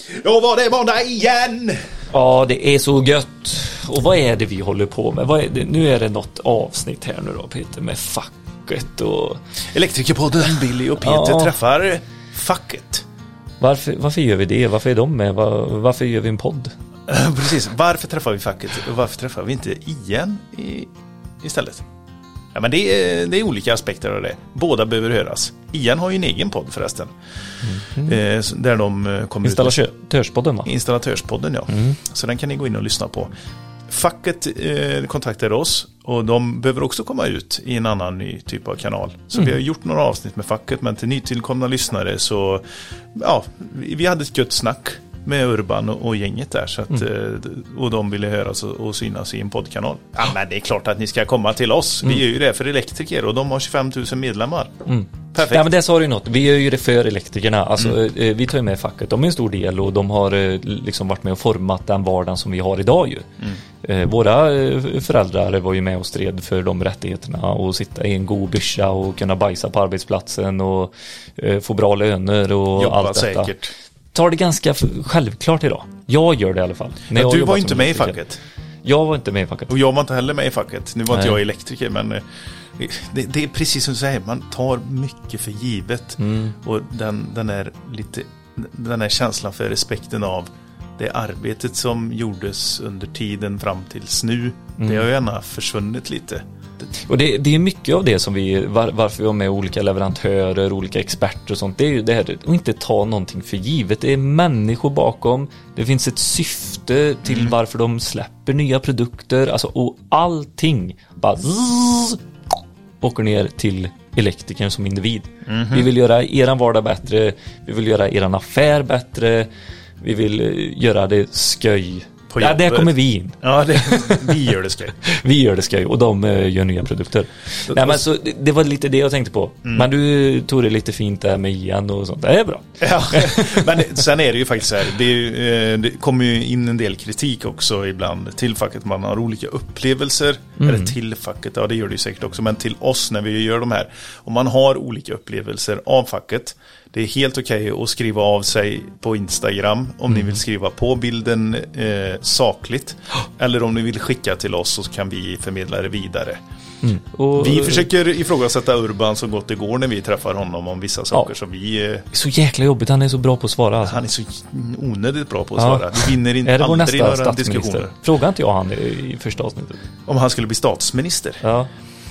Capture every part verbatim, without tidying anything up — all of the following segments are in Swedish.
Då var det måndag igen. Ja, det är så gött. Och vad är det vi håller på med? Vad är det? Nu är det något avsnitt här nu då, Peter, med facket och... Elektrikerpodden, Billy och Peter ja. träffar facket. Varför, varför gör vi det? Varför är de med? Var, varför gör vi en podd? Precis, varför träffar vi facket? Och varför träffar vi inte igen i, istället? Ja, men det är, det är olika aspekter av det. Båda behöver höras. Ian har ju en egen podd förresten. Mm. Eh, där de kommer Installatörspodden va? Installatörspodden, ja. Mm. Så den kan ni gå in och lyssna på. Facket eh, kontaktar oss och de behöver också komma ut i en annan ny typ av kanal. Så mm. vi har gjort några avsnitt med facket, men till nytillkomna lyssnare så ja, vi hade ett gött snack med Urban och, och gänget där så att, mm. och de ville höras och, och synas i en poddkanal. Ja, men det är klart att ni ska komma till oss. Mm. Vi gör ju det för elektriker och de har tjugofem tusen medlemmar. Mm. Perfekt. Ja, men det sa du ju något. Vi gör ju det för elektrikerna. Alltså, mm. vi tar ju med facket. De är en stor del och de har liksom varit med och format den vardagen som vi har idag ju. Mm. Våra föräldrar var ju med och stred för de rättigheterna och sitta i en god byscha och kunna bajsa på arbetsplatsen och få bra löner och jobba allt detta. Säkert. Tar det ganska självklart idag. Jag gör det i alla fall. När jag du var inte med i facket. Jag var inte med i facket. Och jag var inte heller med i facket. Nu var Nej. inte jag elektriker, men det, det är precis som du säger. Man tar mycket för givet. Mm. Och den, den är lite den är känslan för respekten av det arbetet som gjordes under tiden fram tills nu. Mm. Det har ju gärna försvunnit lite. Och det, det är mycket av det som vi var, varför vi har med olika leverantörer, olika experter och sånt. Det är ju det här att inte ta någonting för givet. Det är människor bakom. Det finns ett syfte till mm. varför de släpper nya produkter. Alltså, och allting bara zzz, åker ner till elektrikern som individ. Mm-hmm. Vi vill göra eran vardag bättre. Vi vill göra eran affär bättre. Vi vill göra det sköj. Ja, där kommer vi in. Ja, det, vi gör det skoj. Vi gör det skoj och de uh, gör nya produkter. Så, Nej, men så, det, det var lite det jag tänkte på. Mm. Men du tog det lite fint där med Ian och sånt. Det är bra. Ja, men sen är det ju faktiskt så här. Det, är, det kommer ju in en del kritik också ibland till facket. Man har olika upplevelser. Mm. Eller till facket, ja det gör det ju säkert också. Men till oss när vi gör de här. Och man har olika upplevelser av facket. Det är helt okej okay att skriva av sig på Instagram om mm. ni vill skriva på bilden eh, sakligt. Eller om ni vill skicka till oss så kan vi förmedla det vidare. Mm. Och, vi försöker ifrågasätta Urban så gott det går när vi träffar honom om vissa saker. Ja. Så vi, eh, så jäkla jobbigt, han är så bra på att svara. Alltså. Han är så onödigt bra på att svara. Vi vinner in, är det aldrig några diskussioner. Frågar inte jag han i första avsnittet? Om han skulle bli statsminister? Ja.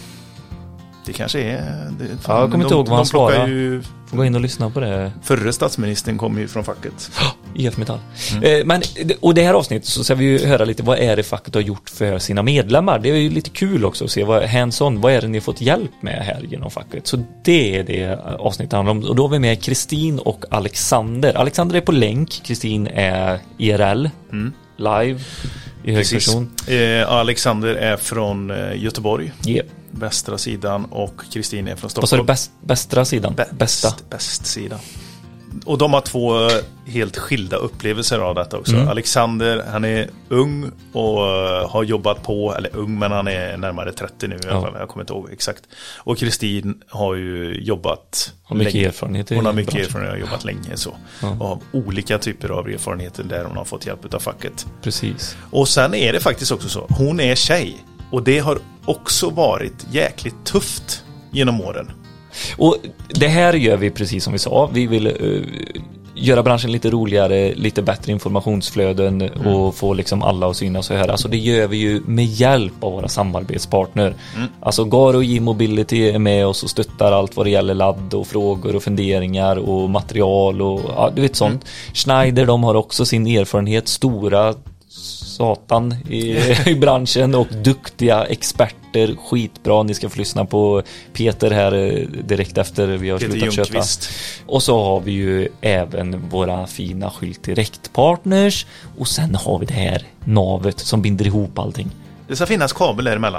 Det kanske är... Det, ja, jag kommer inte ihåg vad han svarade. Ju, får gå in och lyssna på det. Förre statsministern kom ju från facket. I F Metall. Mm. Eh, men, och det här avsnittet så ska vi ju höra lite vad är det facket har gjort för sina medlemmar. Det är ju lite kul också att se vad, hands-on, vad är det ni har fått hjälp med här genom facket. Så det är det avsnittet handlar om. Och då har vi med Kristin och Alexander. Alexander är på länk, Kristin är I R L, mm. live i hög person. Eh, Alexander är från eh, Göteborg. Yeah. Västra sidan och Kristin är från Stockholm. Vad sa du? Bäst, bästra sidan? Bäst, Bästa. Bäst sidan. Och de har två helt skilda upplevelser av detta också. Mm. Alexander, han är ung och har jobbat på, eller ung men han är närmare trettio nu i alla fall, jag kommer inte ihåg exakt. Och Kristin har ju jobbat har mycket länge. Erfarenhet hon har mycket branschen. erfarenhet och jobbat länge så. Ja. Och har olika typer av erfarenheter där hon har fått hjälp av facket. Precis. Och sen är det faktiskt också så, hon är tjej. Och det har också varit jäkligt tufft genom åren. Och det här gör vi precis som vi sa. Vi vill uh, göra branschen lite roligare, lite bättre informationsflöden mm. och få liksom alla att synas och höra. Alltså det gör vi ju med hjälp av våra samarbetspartner. Mm. Alltså Garo och J-Mobility är med oss och stöttar allt vad det gäller ladd och frågor och funderingar och material och ja, du vet sånt. Mm. Schneider, de har också sin erfarenhet, stora satan i, i branschen och duktiga experter, skitbra. Ni ska få lyssna på Peter här direkt efter vi har Peter slutat köpa. Och så har vi ju även våra fina Skylt Direkt-partners och sen har vi det här navet som binder ihop allting. Det ska finnas kabel däremellan.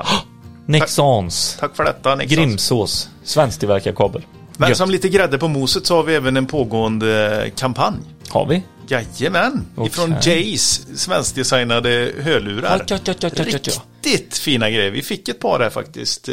Nexans. Tack för detta, Nexans. Grimsås, svensktillverkad kabel. Men som lite grädde på moset så har vi även en pågående kampanj. Har vi? Jajamän, okay. Ifrån Jays svenskdesignade hörlurar. Ja, ja, ja, ja, ja, ja. Riktigt fina grejer. Vi fick ett par här faktiskt.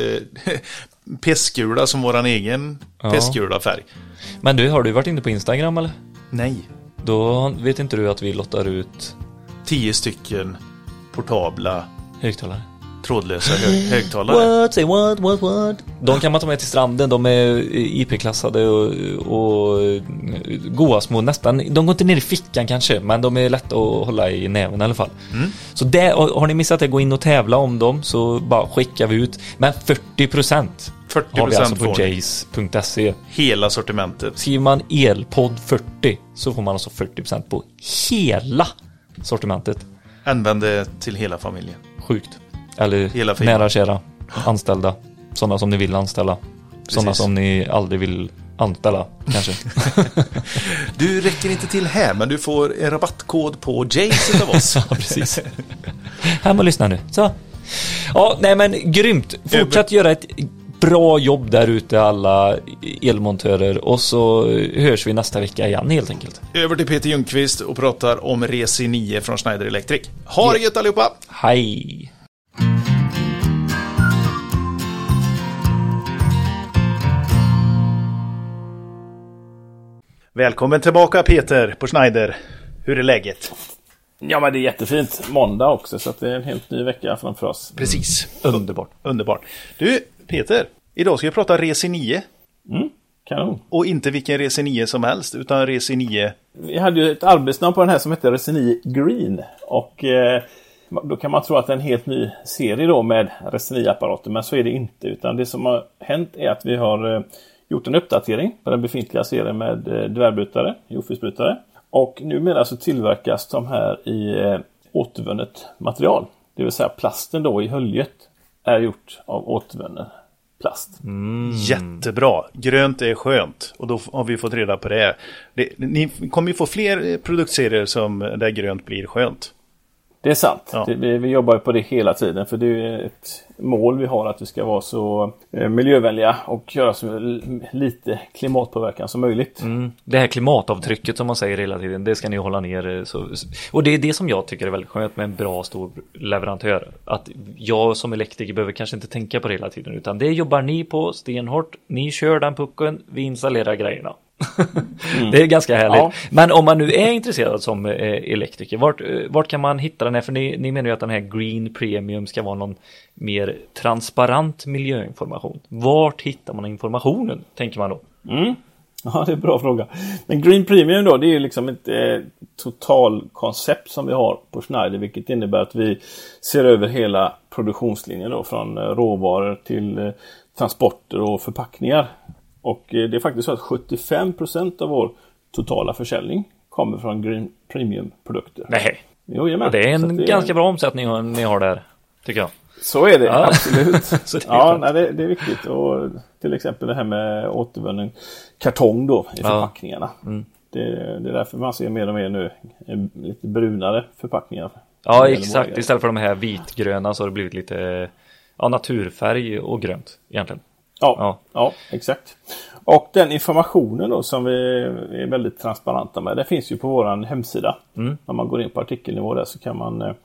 Pestgula som våran egen ja. pestgula färg. Men du, har du varit inne på Instagram eller? Nej. Då vet inte du att vi lottar ut Tio stycken portabla högtalare. trådlösa hö- högtalare. What, say what, what, what? De kan man ta med till stranden. De är I P-klassade och, och goa små nästan. De går inte ner i fickan kanske, men de är lätta att hålla i näven i alla fall. Mm. Så det, har ni missat att gå in och tävla om dem, så bara skickar vi ut. Men fyrtio procent har vi alltså på jays punkt se. Hela sortimentet. Skriver man elpodd fyrtio så får man alltså fyrtio procent på hela sortimentet. Använd det till hela familjen. Sjukt. Eller nära kära, anställda, sådana som ni vill anställa. Precis. Sådana som ni aldrig vill anställa, kanske. Du räcker inte till här, men du får en rabattkod på Jays av oss. Ja, precis. Här må lyssna nu. Så. Ja, nej men grymt. Fortsätt göra ett bra jobb där ute, alla elmontörer. Och så hörs vi nästa vecka igen helt enkelt. Över till Peter Ljungqvist och pratar om Reci nio från Schneider Electric. Ha det gött allihopa! Hej! Välkommen tillbaka Peter på Schneider. Hur är läget? Ja, men det är jättefint. Måndag också, så att det är en helt ny vecka framför oss. Precis. Mm. Underbart. Underbart. Du, Peter, idag ska vi prata Reci nio. Mm, kanon. Och inte vilken Reci nio som helst, utan Reci nio. Vi hade ju ett arbetsnamn på den här som heter Reci nio Green. Och eh, då kan man tro att det är en helt ny serie då med Reci nio-apparater. Men så är det inte, utan det som har hänt är att vi har... Eh, gjort en uppdatering på den befintliga serien med dvärgbrytare, jordfelsbrytare. Och numera så tillverkas de här i eh, återvunnet material. Det vill säga plasten då i höljet är gjort av återvunnen plast. Mm. Jättebra. Grönt är skönt. Och då har vi fått reda på det. det ni kommer ju få fler produktserier som där grönt blir skönt. Det är sant. Ja. Det, vi, vi jobbar på det hela tiden. För det är ett mål vi har att vi ska vara så eh, miljövänliga och göra så lite klimatpåverkan som möjligt. Mm. Det här klimatavtrycket som man säger hela tiden, det ska ni hålla ner. Så, och det är det som jag tycker är väldigt skönt med en bra stor leverantör. Att jag som elektriker behöver kanske inte tänka på det hela tiden. Utan det jobbar ni på stenhårt. Ni kör den pucken, vi installerar grejerna. Mm. Det är ganska härligt. Ja. Men om man nu är intresserad som eh, elektriker, vart, vart kan man hitta den här? För ni, ni menar ju att den här Green Premium ska vara någon mer transparent miljöinformation. Vart hittar man informationen, tänker man då? Mm. Ja, det är en bra fråga. Men Green Premium då, det är ju liksom ett eh, totalkoncept som vi har på Schneider, vilket innebär att vi ser över hela produktionslinjen då, från eh, råvaror till eh, transporter och förpackningar. Och det är faktiskt så att sjuttiofem procent av vår totala försäljning kommer från Green Premium-produkter. Nej, jo, och det är en det ganska är... bra omsättning ni har där, tycker jag. Så är det, ja. Absolut. Så det är ja, nej, det, det är viktigt. Och till exempel det här med återvunnen kartong då i förpackningarna. Ja. Mm. Det, det är därför man ser mer och mer nu lite brunare förpackningar. Ja, exakt. Istället för de här vitgröna så har det blivit lite ja, naturfärg och grönt egentligen. Ja, ja. ja, exakt. Och den informationen då som vi är väldigt transparenta med, det finns ju på våran hemsida. Mm. När man går in på artikelnivå där så kan man eh,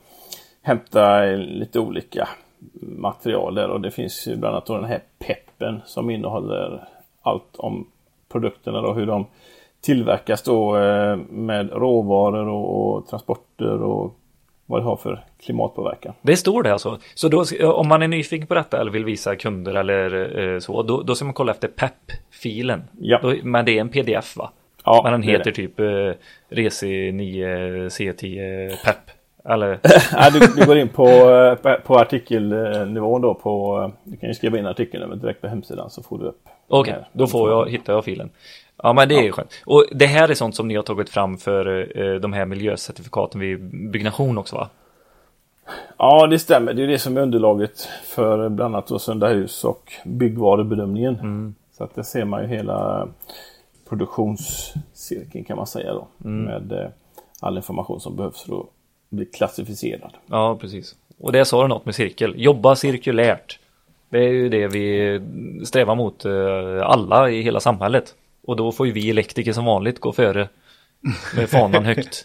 hämta lite olika material där. Och det finns ju bland annat då den här peppen som innehåller allt om produkterna och hur de tillverkas då eh, med råvaror och, och transporter och vad det har för klimatpåverkan. Det står det alltså. Så då, om man är nyfiken på detta eller vill visa kunder eller eh, så, då, då ska man kolla efter P E P-filen. Ja. Då, men det är en pdf va? Ja, men den heter typ eh, Reci nio C tio P E P. Eller? Ja, du, du går in på, på artikelnivån då. På, du kan ju skriva in artikeln direkt på hemsidan så får du upp. Okej, okay, då får jag, hittar jag filen. Ja, men det är ju ja. skönt. Och det här är sånt som ni har tagit fram för eh, de här miljöcertifikaten vid byggnation också va? Ja, det stämmer. Det är det som är underlaget för bland annat då Sunda hus och byggvarubedömningen. Mm. Så att det ser man ju hela produktionscirkeln kan man säga då. Mm. Med eh, all information som behövs för att bli klassificerad. Ja, precis. Och det sa du något med cirkel. Jobba cirkulärt. Det är ju det vi strävar mot eh, alla i hela samhället. Och då får ju vi elektriker som vanligt gå före med fanan högt.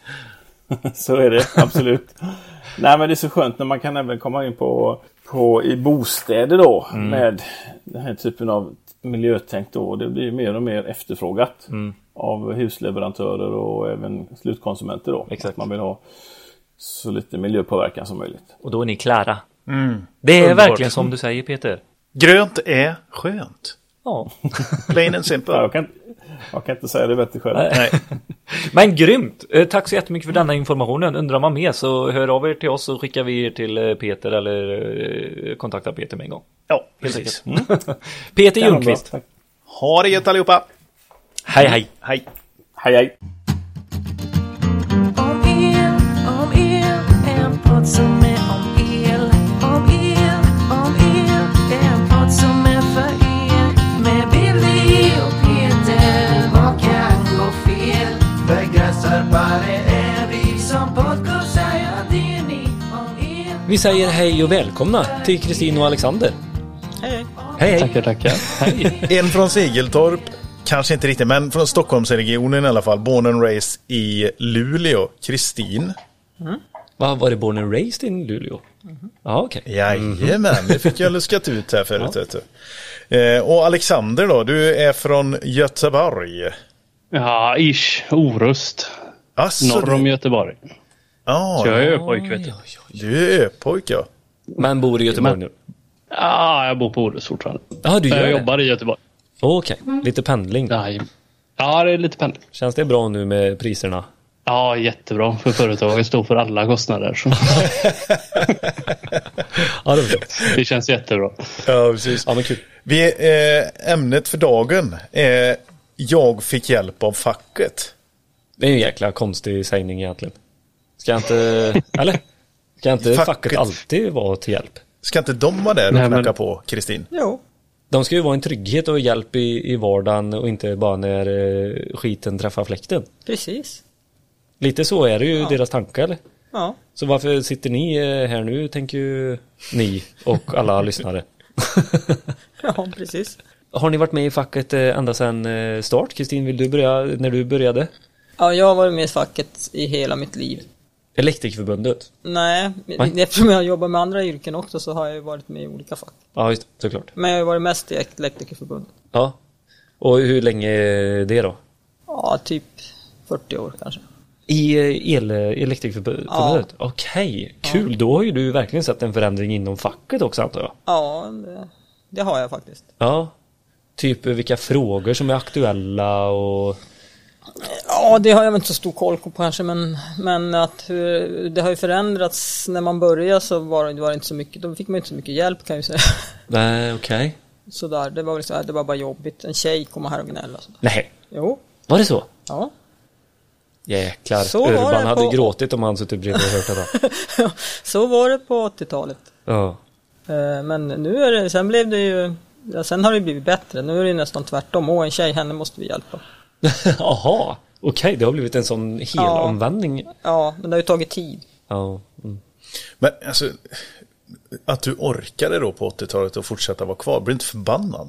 Så är det, absolut. Nej, men det är så skönt när man kan även komma in på, på i bostäder då mm. med den här typen av miljötänk då. Det blir mer och mer efterfrågat. Mm. av husleverantörer och även slutkonsumenter då. Exakt. Att man vill ha så lite miljöpåverkan som möjligt. Och då är ni klara. Mm. Det är Underbart. verkligen som du säger, Peter. Grönt är skönt. Ja. Plain and simple. Ja, jag, kan, jag kan inte säga det bättre själv. Nej. Men grymt! Eh, Tack så jättemycket för denna informationen. Undrar man mer så hör av er till oss så skickar vi er till eh, Peter eller eh, kontakta Peter med en gång. Ja, precis. Mm. Peter Kan vara Ljungqvist. bra, tack. Ha det gött allihopa. Hej hej! Hej. Hej hej! Om el, om el, en podd som är om el. Om el, om el, en podd som är för er. Med Billy och Peter, vad kan gå fel? Begränsarbare är vi som podcastar, ja det är ni. Om el. Vi säger hej och välkomna till Kristin och Alexander. Hej. Hej hej! Tackar, tackar. Hej. En från Segeltorp, kanske inte riktigt, men från Stockholmsregionen i alla fall. Born and raised i Luleå. Kristin. Vad var det, born and raised in Luleå? Ja, okej. Jajamän, det fick jag luskat ut här förut. Vet du. Eh, och Alexander då, du är från Göteborg. Ja, ish. Orust. Asså, Norr om du, Göteborg. ah, Så jag är öpojk, vet du. du är öpojk, ja. Men bor i Göteborg nu? Ja, jag bor på Orust fortfarande. Ja, du gör Jag det? jobbar i Göteborg. Okej, lite pendling. Nej. Ja, det är lite pendling. Känns det bra nu med priserna? Ja, jättebra. För företaget står för alla kostnader. Så. Ja, det är bra. Det känns jättebra. Ja, precis. Ja, men kul. Vi, eh, ämnet för dagen är jag fick hjälp av facket. Det är en jäkla konstig sägning egentligen. Ska jag inte... Eller? Ska inte facket, Facket. alltid vara till hjälp? Ska inte de vara där och Nej, knacka men- på, Kristin? Jo. De ska ju vara en trygghet och hjälp i, i vardagen och inte bara när eh, skiten träffar fläkten. Precis. Lite så är det ju Ja. deras tankar, eller? Ja. Så varför sitter ni eh, här nu, tänker ju ni och alla lyssnare. Ja, precis. Har ni varit med i facket eh, ända sedan eh, start? Kristin, vill du börja när du började? Ja, jag har varit med i facket i hela mitt liv. Elektrikerförbundet? Nej, Nej. eftersom jag jobbar med andra yrken också så har jag ju varit med i olika fack. Ja, just det, såklart. Men jag har ju varit mest i Elektrikerförbundet. Ja. Och hur länge är det då? Ja, typ fyrtio år kanske. I eh, el, Elektrikerförbundet? Ja. Okej, kul. Då har ju du verkligen sett en förändring inom facket också, antar jag. Ja, det, det har jag faktiskt. Ja. Typ vilka frågor som är aktuella och... Ja, det har jag väl inte så stor koll på kanske, men, men att hur, det har ju förändrats. När man började så var det, var det inte så mycket, då fick man inte så mycket hjälp kan jag ju säga. Nej, okej. Sådär, det var väl så här, det var bara jobbigt. En tjej kom här och gnälla. Sådär. Nej, Jo, var det så? ja. Jäklar, Så var Urban det hade på- gråtit om han suttit bredvid och hört det då. Så var det på åttiotalet. Ja. Eh, Men nu är det, sen blev det ju, ja, sen har det blivit bättre. Nu är det nästan tvärtom. Åh, en tjej, henne måste vi hjälpa. Jaha, okej, det har blivit en sån hel Ja. omvändning. Ja, men det har ju tagit tid. Ja. Mm. Men alltså, att du orkade då på åttiotalet och fortsätta vara kvar, blir inte förbannad?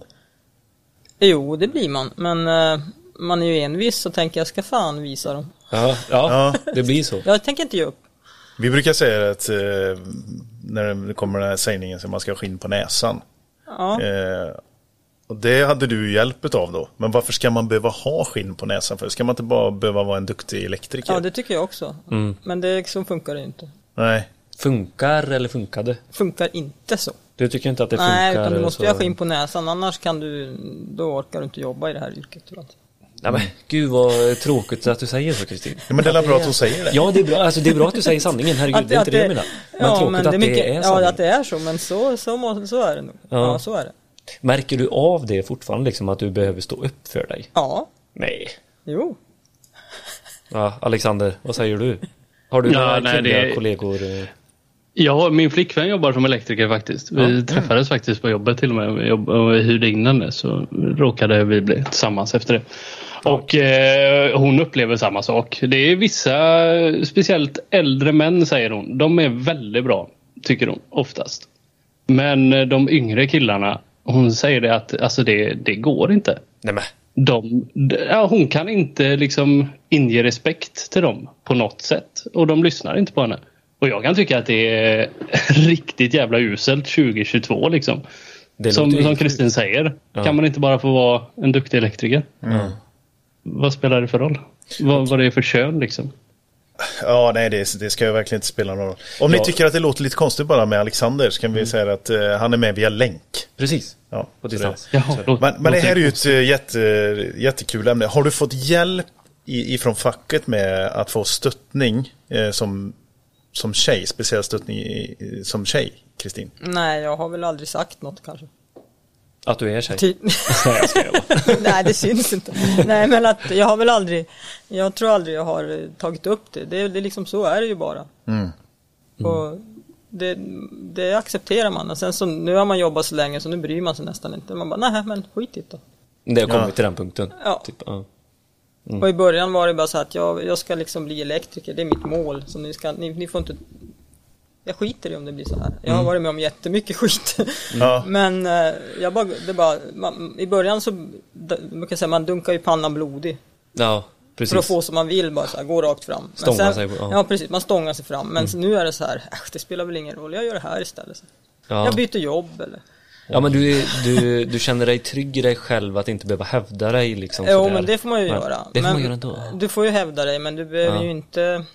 Jo, det blir man. Men eh, man är ju envis så tänker jag ska fan visa dem. Ja, ja, det blir så. Jag tänker inte ge upp. Vi brukar säga att eh, när det kommer den här sägningen som man ska ha skinn på näsan. Ja. Eh, och det hade du hjälp av då. Men varför ska man behöva ha skinn på näsan för? Ska man inte bara behöva vara en duktig elektriker? Ja, det tycker jag också. Mm. Men det, så funkar det ju inte. Nej. Funkar eller funkade? Funkar inte så. Du tycker inte att det funkar? Nej, utan du måste så... ju ha skinn på näsan. Annars kan du, då orkar du inte jobba i det här yrket. Tror jag. Nej, men gud vad tråkigt att du säger så, Kristin. Ja, men det är bra att hon säger det. Ja, det är bra, alltså, det är bra att du säger sanningen. Herregud, det är inte det jag menar. Men ja, tråkigt men att det är det mycket, är ja, sanning. att det är så. Men så, så, må, så är det nog. Ja. Ja. Så är det. Märker du av det fortfarande, liksom, att du behöver stå upp för dig? Ja, Nej. jo. Ja, Alexander, vad säger du? Har du Ja, några nej, kvinnliga det- kollegor? eh? Ja, min flickvän jobbar som elektriker faktiskt. Vi Ja. träffades faktiskt på jobbet till och med. Vi jobb- och hyrde in henne, så råkade vi bli tillsammans efter det. Och eh, hon upplever samma sak. Det är vissa, speciellt äldre män säger hon. De är väldigt bra, tycker hon, oftast. Men eh, de yngre killarna, hon säger det att alltså det, det går inte. Nej, men. De, ja, hon kan inte liksom inge respekt till dem på något sätt. Och de lyssnar inte på henne. Och jag kan tycka att det är riktigt jävla uselt tjugo tjugotvå liksom. Det Som, låter ju som helt Kristin säger. Ja. Kan man inte bara få vara en duktig elektriker? Mm. vad spelar det för roll? Vad, vad det är för kön liksom? Ja, nej, det, det ska ju verkligen inte spela någon roll. Om ja. ni tycker att det låter lite konstigt bara med Alexander så kan vi mm. säga att uh, han är med via länk. Precis, ja, på distans. Jaha, låt, men men det här är ju ett uh, jätte, jättekul ämne. Har du fått hjälp i, ifrån facket med att få stöttning uh, som, som tjej, speciell stöttning i, som tjej, Kristin? Nej, jag har väl aldrig sagt något kanske. Att du är tjej? Ty- Nej, det syns inte. Nej, men att jag har väl aldrig, jag tror aldrig jag har tagit upp det. Det, det är liksom så är det ju bara. Mm. Mm. Och det, det accepterar man. Och sen så, nu har man jobbat så länge så nu bryr man sig nästan inte. Man bara, nej men skit i det då. Det har kommit ja. till den punkten. Ja. Typ, ja. Mm. Och i början var det bara så att jag, jag ska liksom bli elektriker. Det är mitt mål. Så ni, ska, ni, ni får inte... Jag skiter i om det blir så här. Jag har varit med om jättemycket skit. Mm. Men eh, jag bara, det bara, man, i början så man kan säga, man dunkar ju pannan blodig. Ja, precis. För att få som man vill, bara så här, gå rakt fram. Men stånga sen, sig på, ja. ja, precis. Man stångar sig fram. Men mm. nu är det så här, äh, det spelar väl ingen roll. Jag gör det här istället. Ja. Jag byter jobb eller... Ja, men du, du, du känner dig trygg i dig själv att inte behöva hävda dig liksom. Jo, men det får man ju men, göra. Det får men, man göra ändå. Du får ju hävda dig, men du behöver ja. ju inte...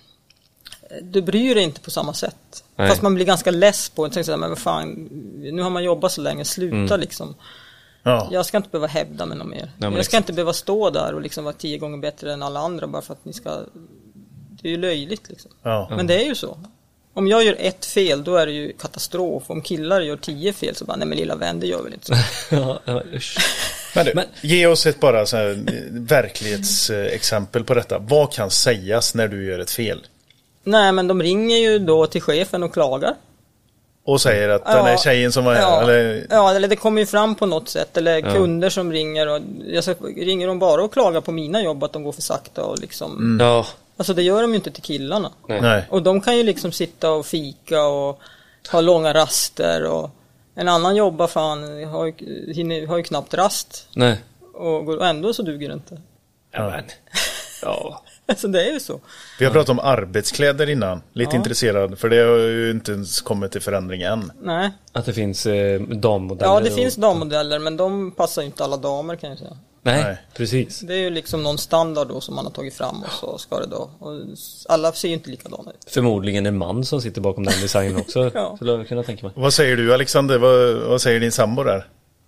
Du bryr dig inte på samma sätt. Nej. Fast man blir ganska less på det. Tänker så här, men vad fan, nu har man jobbat så länge, sluta mm. liksom. Ja. Jag ska inte behöva hävda mig något mer. Nej, jag ska exakt. inte behöva stå där och liksom vara tio gånger bättre än alla andra bara för att ni ska... Det är ju löjligt liksom. Ja. Men det är ju så. Om jag gör ett fel, då är det ju katastrof. Om killar gör tio fel så bara, nej men lilla vän, det gör väl inte så. ja, ja, men du, men, ge oss ett bara så här verklighetsexempel på detta. Vad kan sägas när du gör ett fel? Nej, men de ringer ju då till chefen och klagar. Och säger att ja, den är tjejen som var här, ja, eller... Ja, eller det kommer ju fram på något sätt. Eller ja. kunder som ringer. Och jag så, ringer de bara och klagar på mina jobb att de går för sakta och liksom... Mm. Ja. Alltså det gör de ju inte till killarna. Nej. Och de kan ju liksom sitta och fika och ha långa raster. Och en annan jobbar fan, har ju, har ju knappt rast. Nej. Och, och ändå så duger det inte. Ja, men... Ja... Alltså det är ju så. Vi har pratat om arbetskläder innan. Lite ja. intresserad. För det har ju inte ens kommit till förändring än. Nej. Att det finns eh, dammodeller. Ja, det och... finns och... dammodeller. Men de passar ju inte alla damer kan jag säga. Nej, Nej, precis. Det är ju liksom någon standard då som man har tagit fram. Och så ska det då. Och alla ser ju inte likadana ut. Förmodligen en man som sitter bakom den designen också. ja. Så jag kunna tänka mig. Vad säger du Alexander? Vad, vad säger din sambo där?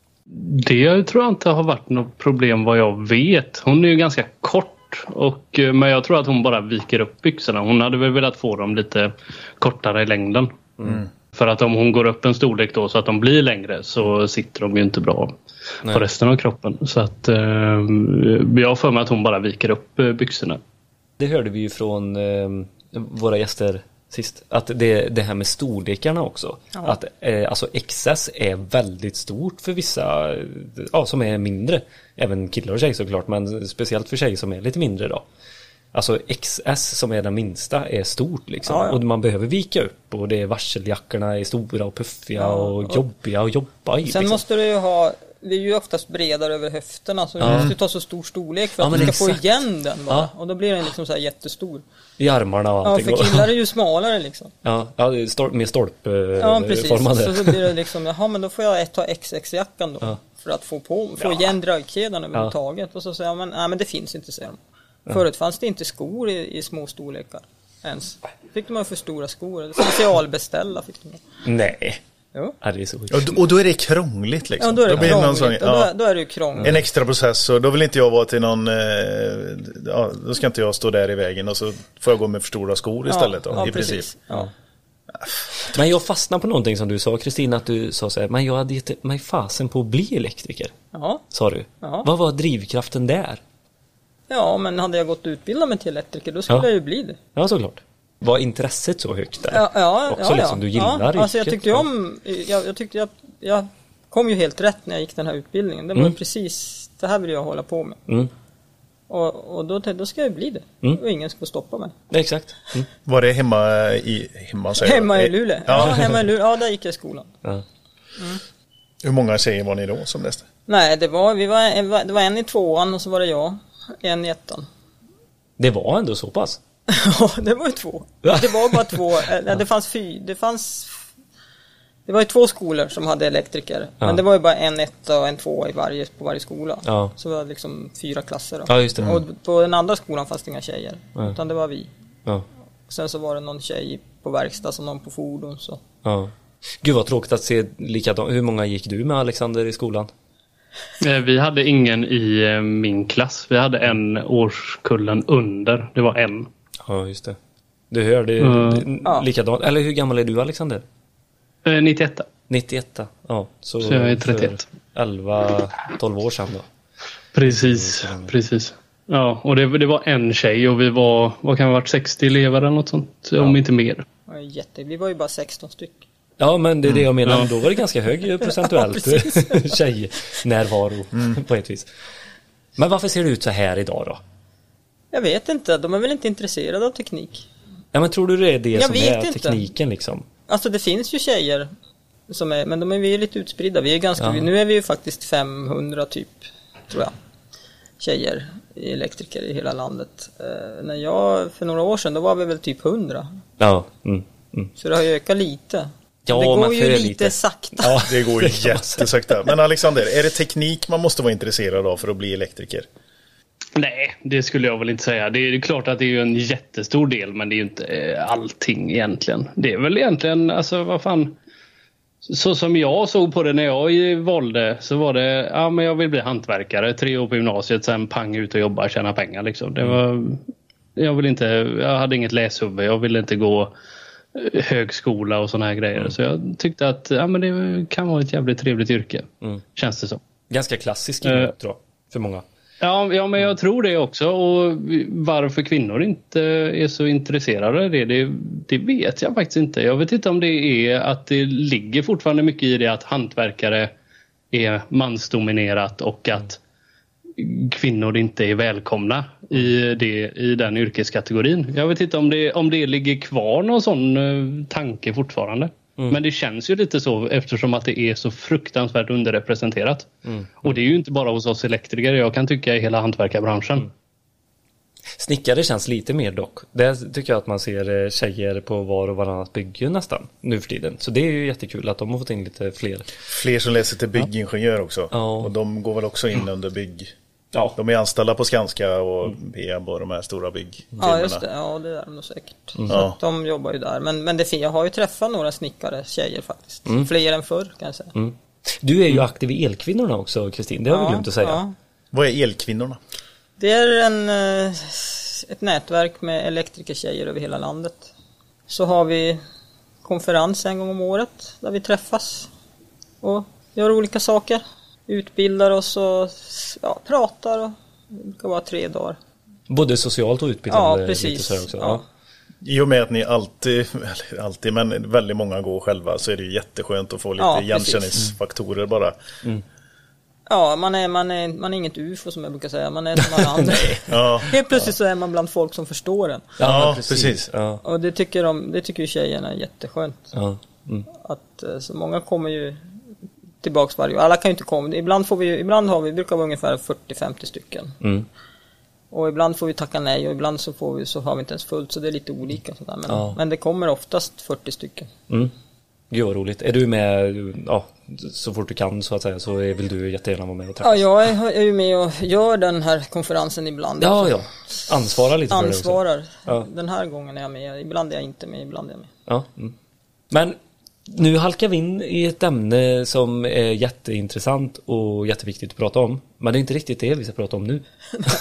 Det tror jag inte har varit något problem vad jag vet. Hon är ju ganska kort. Och, men jag tror att hon bara viker upp byxorna. Hon hade väl velat få dem lite kortare i längden. Mm. För att om hon går upp en storlek då så att de blir längre så sitter de ju inte bra Nej. på resten av kroppen. Så att eh, jag har för mig att hon bara viker upp byxorna. Det hörde vi ju från eh, våra gäster sist. Att det, det här med storlekarna också. Ja. Att eh, alltså X S är väldigt stort för vissa ja, som är mindre. Även killar och tjejer såklart, men speciellt för tjejer som är lite mindre då. Alltså X S som är den minsta är stort liksom. Ja, ja. Och man behöver vika upp och det är varseljackorna är stora och puffiga ja, och, och jobbiga och jobba i. Sen liksom. måste du ju ha, det är ju oftast bredare över höfterna så ja. du måste ta så stor storlek för att ja, du ska exakt. få igen den bara. Ja. Och då blir den liksom så här jättestor. I armarna och allting. Ja, för killar är ju smalare liksom. Ja, ja det är stolp, mer stolpformade. Ja, precis. Så, så blir det liksom, jaha men då får jag ta X X-jackan då. Ja. För att få på, få ja. igen dragkedjan överhuvudtaget. Ja. Och så säger jag, men nej men det finns inte, säger de. Ja. Förut fanns det inte skor i, i små storlekar ens. Fick man för stora skor. Specialbeställa fick man. Nej. Jo. Ja, det är så sjukt. Och, och då är det krångligt liksom. Ja, då är det då blir krångligt. Någon sån, ja. då, då är det ju krångligt. En extra process och då vill inte jag vara till någon eh, ja, då ska inte jag stå där i vägen och så får jag gå med för stora skor ja. istället då, ja, i precis. princip. Ja. Men jag fastnar på någonting som du sa, Kristina, att du sa så här, men jag hade gett mig fasen på att bli elektriker. Ja. Sa du. Ja. Vad var drivkraften där? Ja, men hade jag gått utbilda mig till elektriker, då skulle ja. jag ju bli det. Ja, såklart. Var intresset så högt där? Ja, ja, också ja, liksom, ja. du gillar ja, yrket. Alltså jag tyckte om, jag, jag tyckte jag, jag kom ju helt rätt när jag gick den här utbildningen. Det var mm. precis, det här vill jag hålla på med. Mm. Och, och då, då ska jag bli det. Mm. Och ingen ska stoppa mig. Exakt. Mm. Var det hemma i hemma, hemma i Luleå? Ja. ja, hemma i Luleå. Ja, där gick jag i skolan. Ja. Mm. Hur många tjejer var ni då som läste? Nej, det var, vi var, det var en i tvåan och så var det jag. En i ettan. Det var ändå så pass? Ja, det var ju två. Det var bara två. Det fanns fy, det fanns Det var ju två skolor som hade elektriker. Ja. Men det var ju bara en etta och en två i varje, på varje skola. Ja. Så det var liksom fyra klasser då. Ja, just det. Och på den andra skolan fanns det inga tjejer. Ja. Utan det var vi. Ja. Och sen så var det någon tjej på verkstad och någon på fordon. Så. Ja. Gud vad tråkigt att se likadant. Hur många gick du med, Alexander, i skolan? Vi hade ingen i min klass. Vi hade en årskullen under. Det var en. Ja, just det. Du hör det mm. likadant. Eller hur gammal är du, Alexander? nittioett. nittioett, ja. Så, så jag är trettioett. elva tolv år sedan då. Precis, precis. Ja, och det, det var en tjej och vi var, vad kan det ha varit, sextio elever eller något sånt, ja. Om inte mer. Ja, jätte, vi var ju bara sexton stycken. Ja, men det är det jag menar. Mm. Då var det ganska hög procentuellt ja, tjejnärvaro mm. på ett vis. Men varför ser det ut så här idag då? Jag vet inte, de är väl inte intresserade av teknik. Ja, men tror du det är det jag som är inte. tekniken liksom? Alltså det finns ju tjejer som är, men de är vi är lite utspridda. Vi är ganska, ja. Nu är vi ju faktiskt femhundra typ, tror jag, tjejer elektriker i hela landet. Eh, när jag, för några år sedan, då var vi väl typ hundra. Ja. Mm. Mm. Så det har ju ökat lite. Ja, det går ju lite, lite sakta. Ja, det går ju jättesakta. Men Alexander, är det teknik man måste vara intresserad av för att bli elektriker? Nej, det skulle jag väl inte säga. Det är klart att det är ju en jättestor del, men det är ju inte allting egentligen. Det är väl egentligen, alltså vad fan, så som jag såg på det när jag valde, så var det, ja men jag vill bli hantverkare, tre år på gymnasiet, sen pang ut och jobba och tjäna pengar liksom. Det var, jag vill inte, jag hade inget läshuvud, jag ville inte gå högskola och såna här grejer. Mm. Så jag tyckte att ja, men det kan vara ett jävligt trevligt yrke. Mm. Känns det så. Ganska klassisk uh, tror jag, för många. Ja, ja, men jag tror det också. Och varför kvinnor inte är så intresserade av det, det, det vet jag faktiskt inte. Jag vet inte om det är att det ligger fortfarande mycket i det att hantverkare är mansdominerat och att kvinnor inte är välkomna i, det, i den yrkeskategorin. Jag vet inte om det, om det ligger kvar någon sån uh, tanke fortfarande. Mm. Men det känns ju lite så eftersom att det är så fruktansvärt underrepresenterat. Mm. Mm. Och det är ju inte bara hos oss elektriker, jag kan tycka i hela hantverkarbranschen. Mm. Snickare känns lite mer dock. Där tycker jag att man ser tjejer på var och varannat bygge nästan nu för tiden. Så det är ju jättekul att de har fått in lite fler. Fler som läser till byggingenjör också. Ja. Och de går väl också in under bygg. Ja. De är anställda på Skanska och mm. P M och de här stora byggfirmorna. Ja, just det. Ja, det är de nog säkert. Mm. Så ja. De jobbar ju där. Men, men det, jag har ju träffat några snickare, tjejer faktiskt. Mm. Fler än förr kan jag säga. Mm. Du är ju aktiv i Elkvinnorna också, Kristin. Det har ja, vi glömt att säga. Ja. Vad är Elkvinnorna? Det är en, ett nätverk med elektrikertjejer över hela landet. Så har vi konferens en gång om året där vi träffas och gör olika saker. Utbildar oss och ja, pratar och det kan vara tre dagar. Både socialt och utbildande? Ja, precis. Så också. Ja. I och med att ni alltid, eller alltid, men väldigt många går själva så är det ju jätteskönt att få lite ja, igenkänningsfaktorer mm. bara. Mm. Ja, man är, man, är, man är inget U F O som jag brukar säga. Man är som alla andra. ja. Helt plötsligt så är man bland folk som förstår en. Ja, ja precis. precis. Ja. Och det tycker, de, det tycker ju tjejerna är jätteskönt. Ja. Mm. Att, så många kommer ju tillbaks varje år. Alla kan ju inte komma. Ibland, får vi, ibland har vi, brukar vara ungefär fyrtio till femtio stycken. Mm. Och ibland får vi tacka nej och ibland så, får vi, så har vi inte ens fullt. Så det är lite olika. Sådär. Men, ja. men det kommer oftast fyrtio stycken. Mm. Gud vad roligt. Är du med ja, så fort du kan så att säga, så vill du jättegärna vara med och träffas? Ja, jag är ju med och gör den här konferensen ibland. Ja, ja. Ansvarar lite för Ansvarar. det också. Ja. Den här gången är jag med. Ibland är jag inte med, ibland är jag med. Ja. Mm. Men nu halkar vi in i ett ämne som är jätteintressant och jätteviktigt att prata om. Men det är inte riktigt det vi ska prata om nu.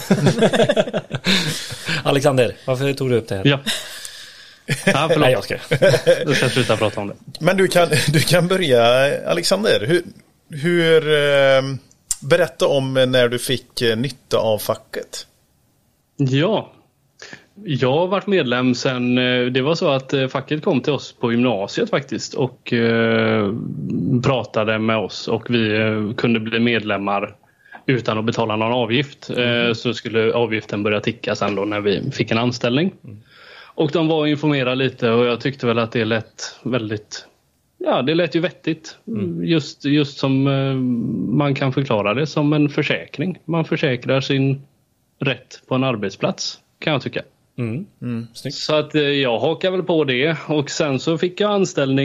Alexander, varför tog du upp det här? Ja. Ja, Nej, jag ska. Du ska sluta prata om det. Men du kan, du kan börja, Alexander. Hur, hur eh, berätta om när du fick nytta av facket. Ja, jag har varit medlem sen, det var så att facket kom till oss på gymnasiet faktiskt och eh, pratade med oss och vi eh, kunde bli medlemmar utan att betala någon avgift. Mm. Eh, så skulle avgiften börja ticka sen då när vi fick en anställning. Mm. Och de var och informerade lite och jag tyckte väl att det lät väldigt, ja det lät ju vettigt. Mm. Just, just som eh, man kan förklara det som en försäkring. Man försäkrar sin rätt på en arbetsplats kan jag tycka. Mm. Mm. Så att eh, jag hakar väl på det och sen så fick jag anställning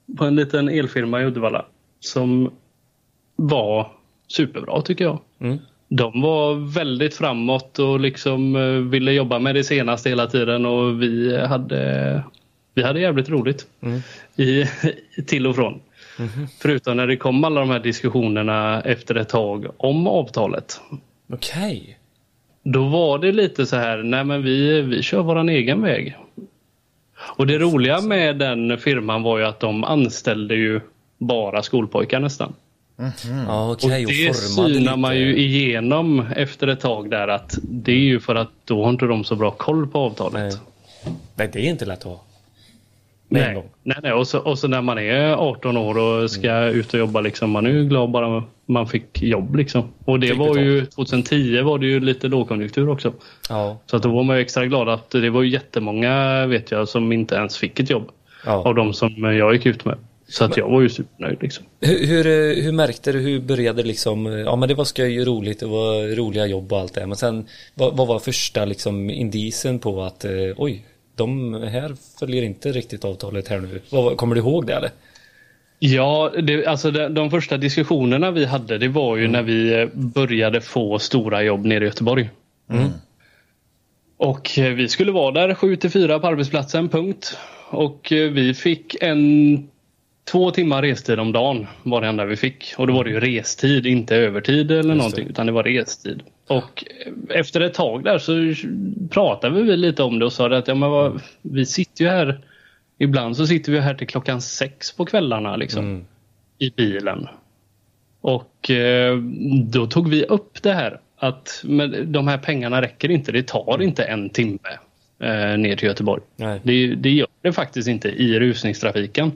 på en liten elfirma i Uddevalla som var superbra tycker jag. Mm. De var väldigt framåt och liksom ville jobba med det senaste hela tiden och vi hade, vi hade jävligt roligt mm. i, till och från. Mm. Förutom när det kom alla de här diskussionerna efter ett tag om avtalet. Okej. Okay. Då var det lite så här, nej men vi, vi kör våran egen väg. Och det roliga med den firman var ju att de anställde ju bara skolpojkar nästan. Mm-hmm. Ja, okay, och det och synar man ju igenom efter ett tag där att det är ju för att då har inte de så bra koll på avtalet. Nej, nej det är inte lätt att ha. Nej, nej, nej. Och, så, och så när man är arton år och ska mm. ut och jobba liksom, man är ju glad bara man fick jobb liksom. Och det var ju tjugohundratio var det ju lite lågkonjunktur också. Ja. Så att då var man ju extra glad att det var ju jättemånga vet jag som inte ens fick ett jobb ja. Av de som jag gick ut med. Så att jag var ju supernöjd liksom. Hur, hur, hur märkte du, hur började liksom, ja men det var skoj och roligt, det var roliga jobb och allt det. Men sen, vad, vad var första liksom indicen på att, eh, oj, de här följer inte riktigt avtalet här nu. Vad, kommer du ihåg det eller? Ja, det, alltså de, de första diskussionerna vi hade, det var ju mm. när vi började få stora jobb nere i Göteborg. Mm. Och vi skulle vara där sju till fyra på arbetsplatsen, punkt. Och vi fick en två timmar restid om dagen var det enda vi fick. Och då var det ju restid, inte övertid eller någonting, utan det var restid. Och efter ett tag där så pratade vi lite om det och sa att ja, men vad, vi sitter ju här, ibland så sitter vi här till klockan sex på kvällarna liksom, mm. i bilen. Och eh, då tog vi upp det här att men de här pengarna räcker inte, det tar inte en timme eh, ner till Göteborg. Nej. Det, det gör det faktiskt inte i rusningstrafiken.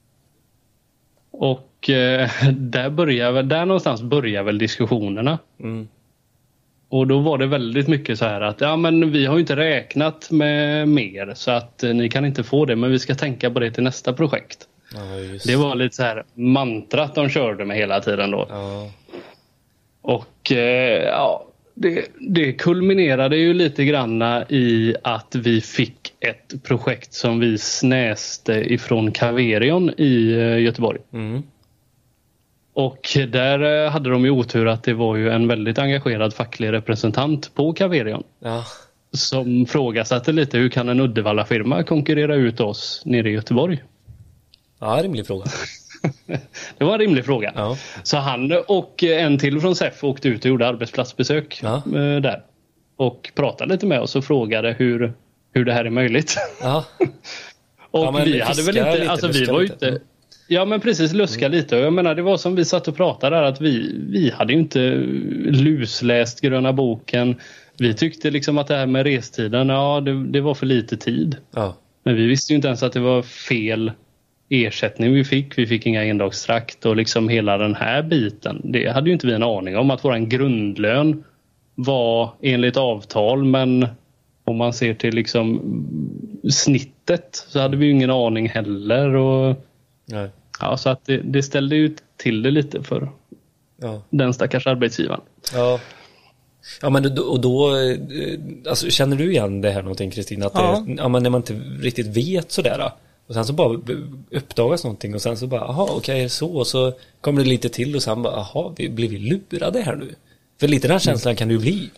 Och eh, där, börjar, där någonstans börjar väl diskussionerna. Mm. Och då var det väldigt mycket så här att ja men vi har ju inte räknat med mer så att eh, ni kan inte få det, men vi ska tänka på det till nästa projekt. Ja, just. Det var lite så här mantrat de körde med hela tiden då. Ja. Och eh, ja, det, det kulminerade ju lite granna i att vi fick ett projekt som vi snäste ifrån Caverion i eh, Göteborg. Mm. Och där hade de ju otur att det var ju en väldigt engagerad facklig representant på Caverion. Ja. Som frågasatte lite, hur kan en Uddevalla-firma konkurrera ut oss nere i Göteborg? Ja, rimlig fråga. Det var en rimlig fråga. Ja. Så han och en till från S E F åkte ut och gjorde arbetsplatsbesök ja. där. Och pratade lite med oss och frågade hur, hur det här är möjligt. Ja. Och ja, vi hade väl inte, lite, alltså vi var ju inte... Ja men precis, luska mm. lite. Och jag menar, det var som vi satt och pratade där att vi, vi hade ju inte lusläst gröna boken. Vi tyckte liksom att det här med restiden, ja det, det var för lite tid. Ja. Men vi visste ju inte ens att det var fel ersättning vi fick. Vi fick inga endagstrakt och liksom hela den här biten. Det hade ju inte vi en aning om, att våran grundlön var enligt avtal, men om man ser till liksom snittet så hade vi ju ingen aning heller. Och nej. Ja, så att det, det ställde ju till det lite för ja. den stackars arbetsgivaren. Ja. Ja, men då, och då alltså, känner du igen det här någonting, Kristina? Att ja. Det, ja, men när man inte riktigt vet sådär och sen så bara uppdagas någonting och sen så bara, aha, okej, okay, så och så kommer det lite till och sen bara, aha, vi blir vi lurade här nu? För lite den känslan mm. kan det ju bli.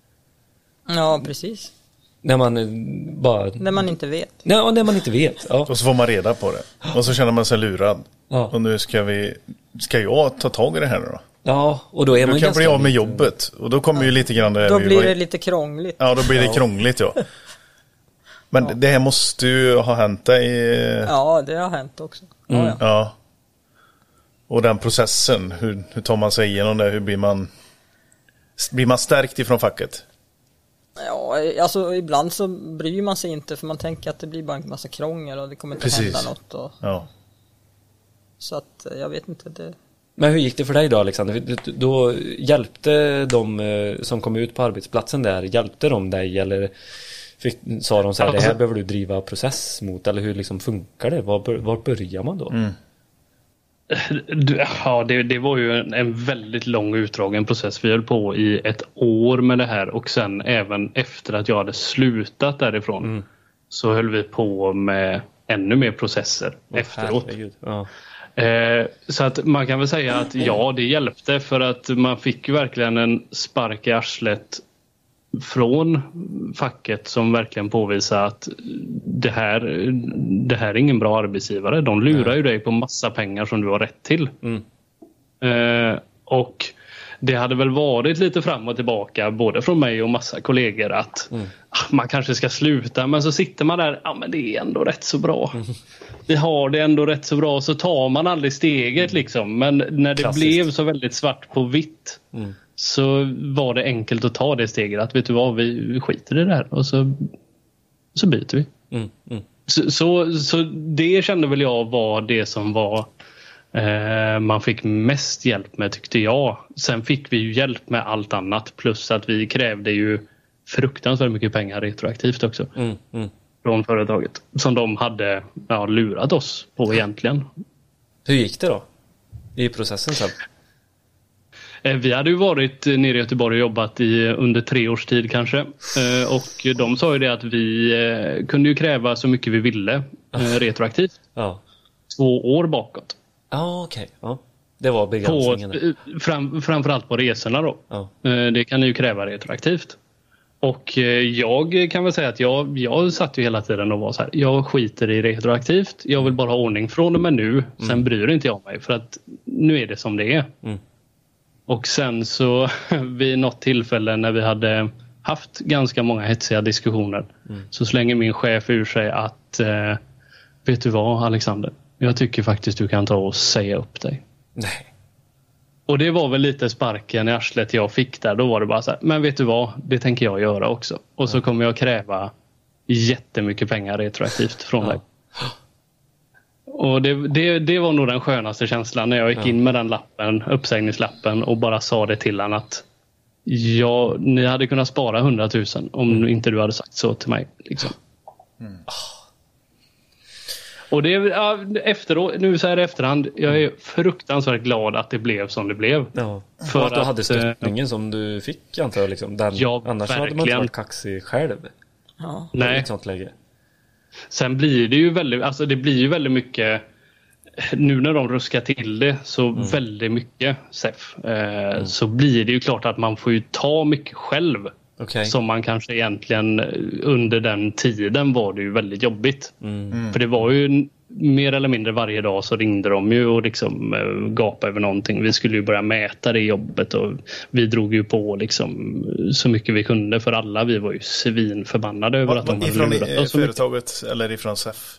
Ja, precis. När man bara... När man inte vet. Ja, när man inte vet. Ja. Och så får man reda på det. Och så känner man sig lurad. Ja. Och nu ska vi... Ska jag ta tag i det här nu då? Ja, och då är man du kan bli av med jobbet. Och då kommer ja. ju lite grann det... Då blir det lite krångligt. Ja, då blir det ja. krångligt, ja. Men ja. det här måste ju ha hänt dig... Ja, det har hänt också. Mm. Ja, ja. ja. Och den processen, hur, hur tar man sig igenom det? Hur blir man... Blir man stärkt ifrån facket? Ja, alltså ibland så bryr man sig inte för man tänker att det blir bara en massa krångel och det kommer inte Precis. hända något. Och... Ja. Så att jag vet inte det. Men hur gick det för dig då, Alexander? Då hjälpte de som kom ut på arbetsplatsen där, hjälpte de dig eller fick, sa de så här, det här behöver du driva process mot, eller hur liksom funkar det? Var, var börjar man då? Mm. Ja, det, det var ju en, en väldigt lång utdragen process. Vi höll på i ett år med det här och sen även efter att jag hade slutat därifrån mm. så höll vi på med ännu mer processer oh, efteråt. Ja. Eh, så att man kan väl säga att ja, det hjälpte, för att man fick ju verkligen en spark i arslet från facket som verkligen påvisar att det här, det här är ingen bra arbetsgivare. De lurar Nej. ju dig på massa pengar som du har rätt till. Mm. Eh, och det hade väl varit lite fram och tillbaka både från mig och massa kollegor att mm. man kanske ska sluta, men så sitter man där, ja men det är ändå rätt så bra. Mm. Vi har det ändå rätt så bra, så tar man aldrig steget liksom. Men när det Klassiskt. blev så väldigt svart på vitt mm. så var det enkelt att ta det steget. Att vet du vad, vi, vi skiter i det här och så, så byter vi. Mm. Mm. Så, så, så det kände väl jag var det som var eh, man fick mest hjälp med, tyckte jag. Sen fick vi ju hjälp med allt annat, plus att vi krävde ju fruktansvärt mycket pengar retroaktivt också. Mm. Mm. Från företaget som de hade ja, lurat oss på egentligen. Hur gick det då i processen sen? Vi hade ju varit nere i Göteborg och jobbat i under tre års tid kanske. Och de sa ju det att vi kunde ju kräva så mycket vi ville retroaktivt. Ja. Två år bakåt. Ja, okej. Okay. Ja. Det var begränsningen. På, fram, framförallt på resorna då. Ja. Det kan ni ju kräva retroaktivt. Och jag kan väl säga att jag, jag satt ju hela tiden och var så här, jag skiter i retroaktivt. Jag vill bara ha ordning från och med nu. Mm. Sen bryr inte jag mig, för att nu är det som det är. Mm. Och sen så vid något tillfälle när vi hade haft ganska många hetsiga diskussioner mm. så slänger min chef ur sig att eh, vet du vad, Alexander? Jag tycker faktiskt du kan ta och säga upp dig. Nej. Och det var väl lite sparken i arslet jag fick där. Då var det bara så här, men vet du vad? Det tänker jag göra också. Och så kommer jag kräva jättemycket pengar retroaktivt från ja. dig. Och det, det, det var nog den skönaste känslan när jag gick ja. in med den lappen, uppsägningslappen, och bara sa det till han att ja, ni hade kunnat spara hundratusen om mm. inte du hade sagt så till mig. Liksom. Mm. Och det ja, efteråt, nu så här i efterhand, jag är fruktansvärt glad att det blev som det blev. Ja. För att du hade stöttningen äh, som du fick, antar jag. Liksom. Den, ja, annars verkligen. hade man inte varit kaxig själv. Ja. Nej. I ett sånt läge. Sen blir det ju väldigt, alltså det blir ju väldigt mycket, nu när de ruskar till det så mm. väldigt mycket S E F, eh, mm. så blir det ju klart att man får ju ta mycket själv. Okay. Som man kanske egentligen under den tiden var det ju väldigt jobbigt. Mm. För det var ju mer eller mindre varje dag så ringde de ju och liksom äh, gapade över någonting. Vi skulle ju börja mäta det jobbet och vi drog ju på liksom så mycket vi kunde för alla. Vi var ju svinförbannade över Va, att de hade ifrån lurat oss. Företaget eller ifrån S E F?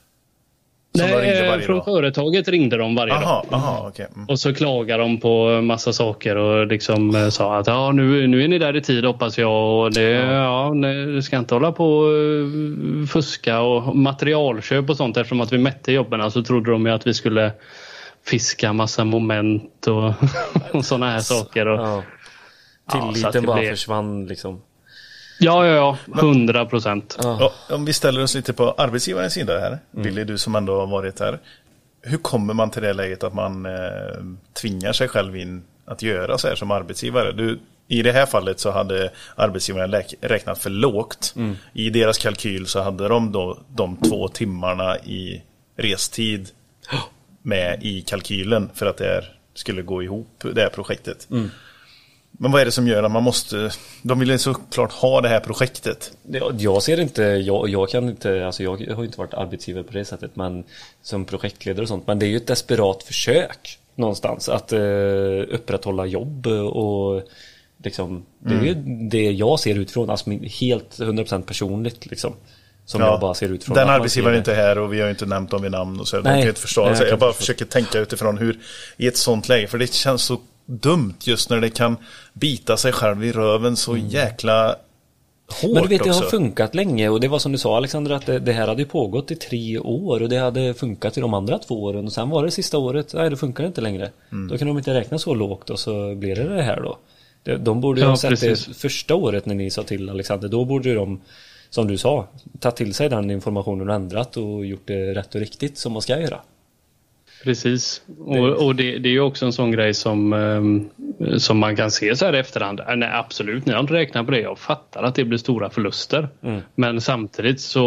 Nej, från dag. Företaget ringde de varje aha, dag. Aha, okay. Mm. Och så klagade de på massa saker och liksom oh. sa att ja, nu, nu är ni där i tid, hoppas jag. Och det, ja, ni ska inte hålla på och fuska och materialköp och sånt. Eftersom att vi mätte jobben så trodde de ju att vi skulle fiska massa moment och, och sådana här saker. Och, ja. Tilliten ja, bara blev... försvann liksom. Ja, ja, ja. Hundra procent. Ja, om vi ställer oss lite på arbetsgivarens sida här. Mm. Billy, du som ändå har varit här. Hur kommer man till det läget att man eh, tvingar sig själv in att göra så här som arbetsgivare? Du, i det här fallet så hade arbetsgivaren lä- räknat för lågt. Mm. I deras kalkyl så hade de då de två timmarna i restid med i kalkylen för att det här skulle gå ihop, det här projektet. Mm. Men vad är det som gör att man måste... De vill ju såklart ha det här projektet. Jag ser inte... Jag, jag kan inte... Alltså jag har ju inte varit arbetsgivare på det sättet, men som projektledare och sånt. Men det är ju ett desperat försök någonstans att uh, upprätthålla jobb och liksom... Det är ju mm. det jag ser utifrån. Alltså helt hundra procent personligt liksom. Som ja, jag bara ser utifrån. Den arbetsgivaren är inte här och vi har ju inte nämnt dem i namn och så. Nej, de kan inte förstå. Nej, jag, jag bara förstå. försöker tänka utifrån hur i ett sånt läge. För det känns så dumt just när det kan bita sig själv i röven så mm. jäkla hårt. Men du vet, det också. har funkat länge och det var som du sa, Alexander, att det, det här hade pågått i tre år och det hade funkat i de andra två åren och sen var det sista året, nej det funkar inte längre. Mm. Då kan de inte räkna så lågt och så blir det det här då. De, de borde ju ja, ha sett precis. Det första året när ni sa till Alexander, då borde de, som du sa, ta till sig den informationen och ändrat och gjort det rätt och riktigt som man ska göra. Precis, och, och det, det är ju också en sån grej som, um, som man kan se så här i efterhand. Nej, absolut, ni har inte räknat på det. Jag fattar att det blir stora förluster. Mm. Men samtidigt så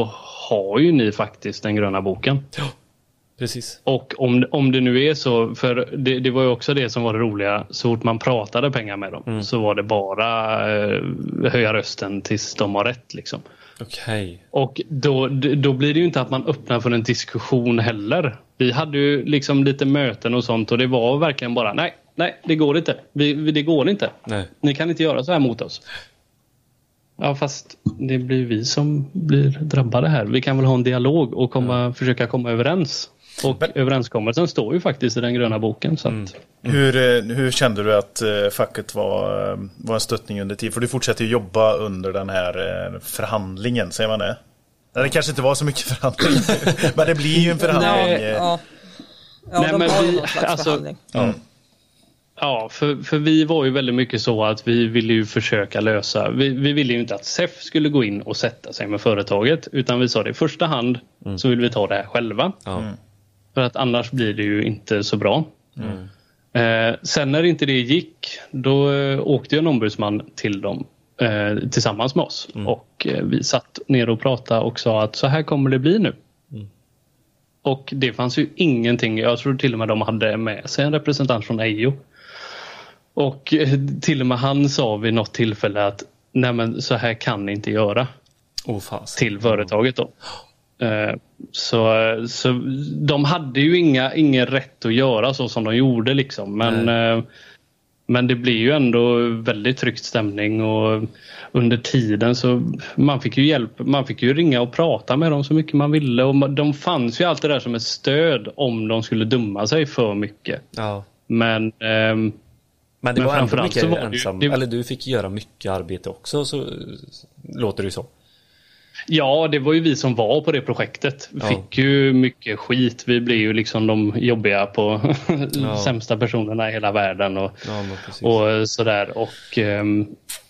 har ju ni faktiskt den gröna boken. Ja, precis. Och om, om det nu är så, för det, det var ju också det som var det roliga, så fort man pratade pengar med dem mm. så var det bara eh, höja rösten tills de har rätt liksom. Okej. Okay. Och då, då blir det ju inte att man öppnar för en diskussion heller. Vi hade ju liksom lite möten och sånt och det var verkligen bara nej, nej, det går inte. Vi, det går inte. Nej. Ni kan inte göra så här mot oss. Ja, fast det blir vi som blir drabbade här. Vi kan väl ha en dialog och komma, mm. försöka komma överens. Och Men, överenskommelsen står ju faktiskt i den gröna boken. Så att, mm. Hur, hur kände du att facket var, var en stöttning under tid? För du fortsätter ju jobba under den här förhandlingen, säger man det? Det kanske inte var så mycket förhandling. Men det blir ju en förhandling. Nej, ja. Ja, Nej, de men har ju vi, någon slags alltså, förhandling. Mm. Ja, för, för vi var ju väldigt mycket så att vi ville ju försöka lösa. Vi, vi ville ju inte att S E F skulle gå in och sätta sig med företaget. Utan vi sa det i första hand mm. så vill vi ta det här själva. Mm. För att annars blir det ju inte så bra. Mm. Eh, sen när inte det gick, då eh, åkte en ombudsman till dem eh, tillsammans med oss. Mm. Och eh, vi satt ner och pratade och sa att så här kommer det bli nu. Mm. Och det fanns ju ingenting, jag tror till och med de hade med sig en representant från E I O. Och eh, till och med han sa vid något tillfälle att nej men så här kan ni inte göra. Oh, fast. Till företaget då. Eh, så, så de hade ju inga, ingen rätt att göra så som de gjorde liksom. Men, eh, men det blir ju ändå väldigt tryckt stämning och under tiden så man fick ju hjälp, man fick ju ringa och prata med dem så mycket man ville och de fanns ju alltid där som ett stöd om de skulle dumma sig för mycket. Ja. Men eh, Men det men var ändå mycket var ensam, det, det, eller du fick göra mycket arbete också, så låter det ju så. Ja, det var ju vi som var på det projektet. Vi ja. fick ju mycket skit. Vi blev ju liksom de jobbiga på ja. sämsta personerna i hela världen och, ja, och sådär. Och um,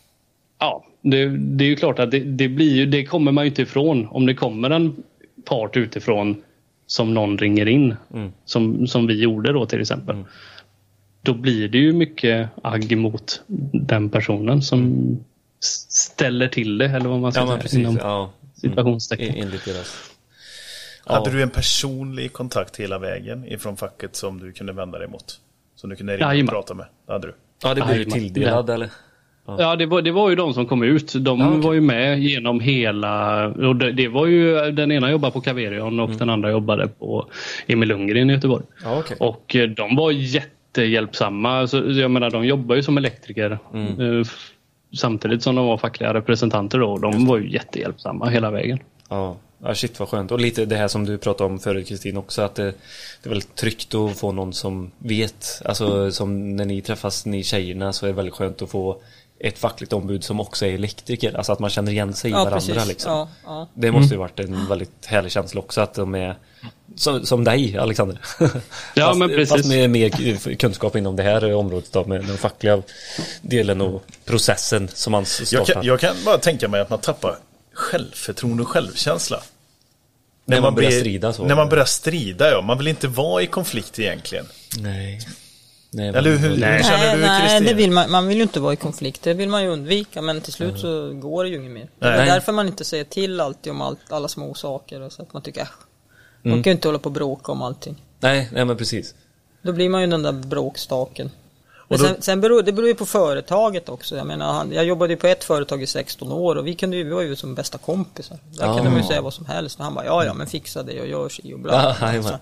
ja, det, det är ju klart att det, det blir ju, det kommer man ju inte ifrån. Om det kommer en part utifrån som någon ringer in, mm. som, som vi gjorde då till exempel. Mm. Då blir det ju mycket agg mot den personen som mm. ställer till det, eller vad man ska ja, säga. Precis, inom ja. situationstecken. Mm. Enligt deras. Ja. Hade du en personlig kontakt hela vägen ifrån facket som du kunde vända dig mot? Som du kunde ringa ja, och prata med? Det hade du. Ja, det blev ju tilldelad, ja. eller? Ja, ja det, var, det var ju de som kom ut. De ja, okay. var ju med genom hela... Och det, det var ju, den ena jobbade på Caverion och mm. den andra jobbade på Emil Lundgren i Göteborg. Ja, okay. Och de var jättehjälpsamma. Alltså, jag menar, de jobbar ju som elektriker. Mm. Samtidigt som de var fackliga representanter då. De var ju jättehjälpsamma hela vägen. Ja, ja shit vad skönt. Och lite det här som du pratade om förut, Kristin, också. Att det, det är väldigt tryggt att få någon som vet. Alltså som när ni träffas, ni tjejerna, så är det väldigt skönt att få ett fackligt ombud som också är elektriker. Alltså att man känner igen sig i ja, varandra liksom. Ja, ja. Det måste ju varit en väldigt härlig känsla också, att de är som, som dig, Alexander. Ja, fast, men precis. Fast med mer kunskap inom det här området då, med den fackliga delen och processen som man startar. Jag kan, jag kan bara tänka mig att man tappar självförtroende och självkänsla. När, när man börjar strida så. När man börjar strida, ja. Man vill inte vara i konflikt egentligen. Nej. Nej, Eller hur, hur nej, känner du, nej, det vill man, man vill ju inte vara i konflikt. Det vill man ju undvika, men till slut mm. så går det ju inget mer. Det är nej. därför man inte säger till alltid om allt, alla små saker. Och så att man tycker, äh, man mm. kan ju inte hålla på och bråka om allting. Nej, nej men precis. Då blir man ju den där bråkstaken. Men då... sen, sen beror det beror ju på företaget också. Jag menar, han, jag jobbade ju på ett företag i sexton år och vi, kunde ju, vi var ju som bästa kompisar. Där oh. kunde man ju säga vad som helst. Och han bara, ja ja, men fixa det och gör sig och bla. Ja, och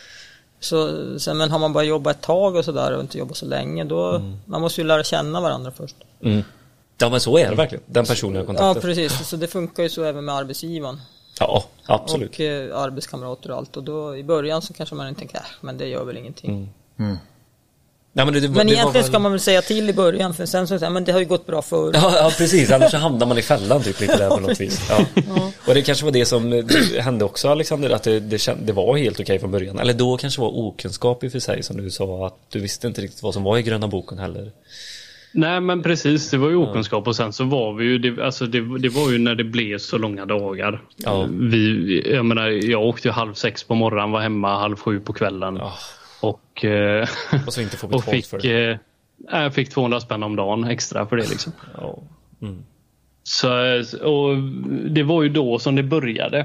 så, sen, men har man bara jobbat ett tag och sådär och inte jobbat så länge, då mm. man måste ju lära känna varandra först. Mm. Ja, men så är det verkligen. Den personliga kontakten. Ja, precis. Så det funkar ju så även med arbetsgivaren. Ja, absolut. Och eh, arbetskamrater och allt. Och då i början så kanske man inte tänker, äh, men det gör väl ingenting. Mm. Mm. Ja, men det, det, men det egentligen väl... ska man väl säga till i början, för sen så säger men det har ju gått bra förr. Ja, ja, precis. Annars så hamnar man i fällan typ lite där på något vis. Ja. Ja. Och det kanske var det som hände också, Alexander, att det, det, känd, det var helt okej från början. Eller då kanske var okunskap i för sig, som du sa, att du visste inte riktigt vad som var i gröna boken heller. Nej, men precis, det var ju okunskap. Och sen så var vi ju det, alltså det, det var ju när det blev så långa dagar. Ja. Vi, jag menar, jag åkte ju halv sex på morgonen, var hemma halv sju på kvällen. Ja. Och, eh, och så inte få och fick, för det. Eh, jag fick tvåhundra spänn om dagen extra för det liksom. Ja. Mm. Så, och det var ju då som det började.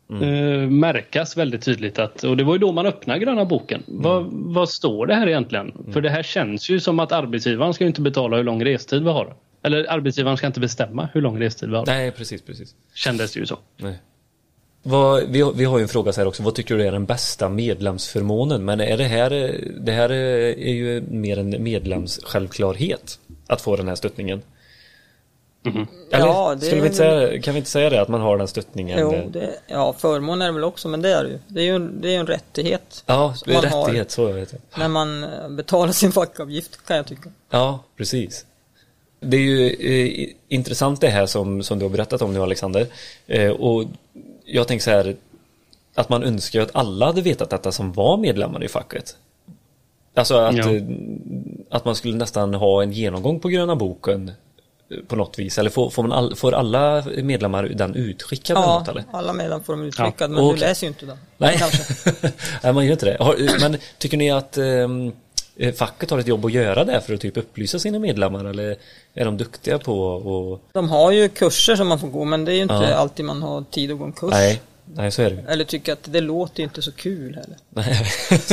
mm. märkas väldigt tydligt att, och det var ju då man öppnade gröna boken. Mm. Vad, vad står det här egentligen? Mm. För det här känns ju som att arbetsgivaren ska inte betala hur lång restid vi har. Eller arbetsgivaren ska inte bestämma hur lång restid vi har. Nej, precis, precis. Kändes det ju så. Nej. Vad, vi, har, vi har ju en fråga så här också. Vad tycker du är den bästa medlemsförmånen? Men är det här, det här är ju mer en medlemssjälvklarhet att få den här stöttningen. Mm-hmm. Eller ja, det skulle vi inte säga, kan vi inte säga det att man har den stöttningen? Jo, det, ja, förmån är det väl också, men det är det ju. Det är ju en, det är en rättighet. Ja, det är en rättighet, så jag vet jag. När man betalar sin fackavgift, kan jag tycka. Ja, precis. Det är ju eh, intressant det här som, som du har berättat om nu, Alexander. Eh, och jag tänker så här, att man önskar att alla hade vetat detta som var medlemmar i facket. Alltså att, ja. att man skulle nästan ha en genomgång på gröna boken på något vis. Eller får, får, man all, får alla medlemmar den utskickad? Ja, något, eller? Alla medlemmar får de utskickad, ja. Men okay. Du läser ju inte den. Nej, Nej man gör inte det. Har, men tycker ni att um, facket har ett jobb att göra där för att typ upplysa sina medlemmar, eller är de duktiga på och... De har ju kurser som man får gå, men det är ju inte ja. alltid man har tid att gå en kurs. Nej, Nej så är det. Eller tycker att det låter inte så kul heller. Nej.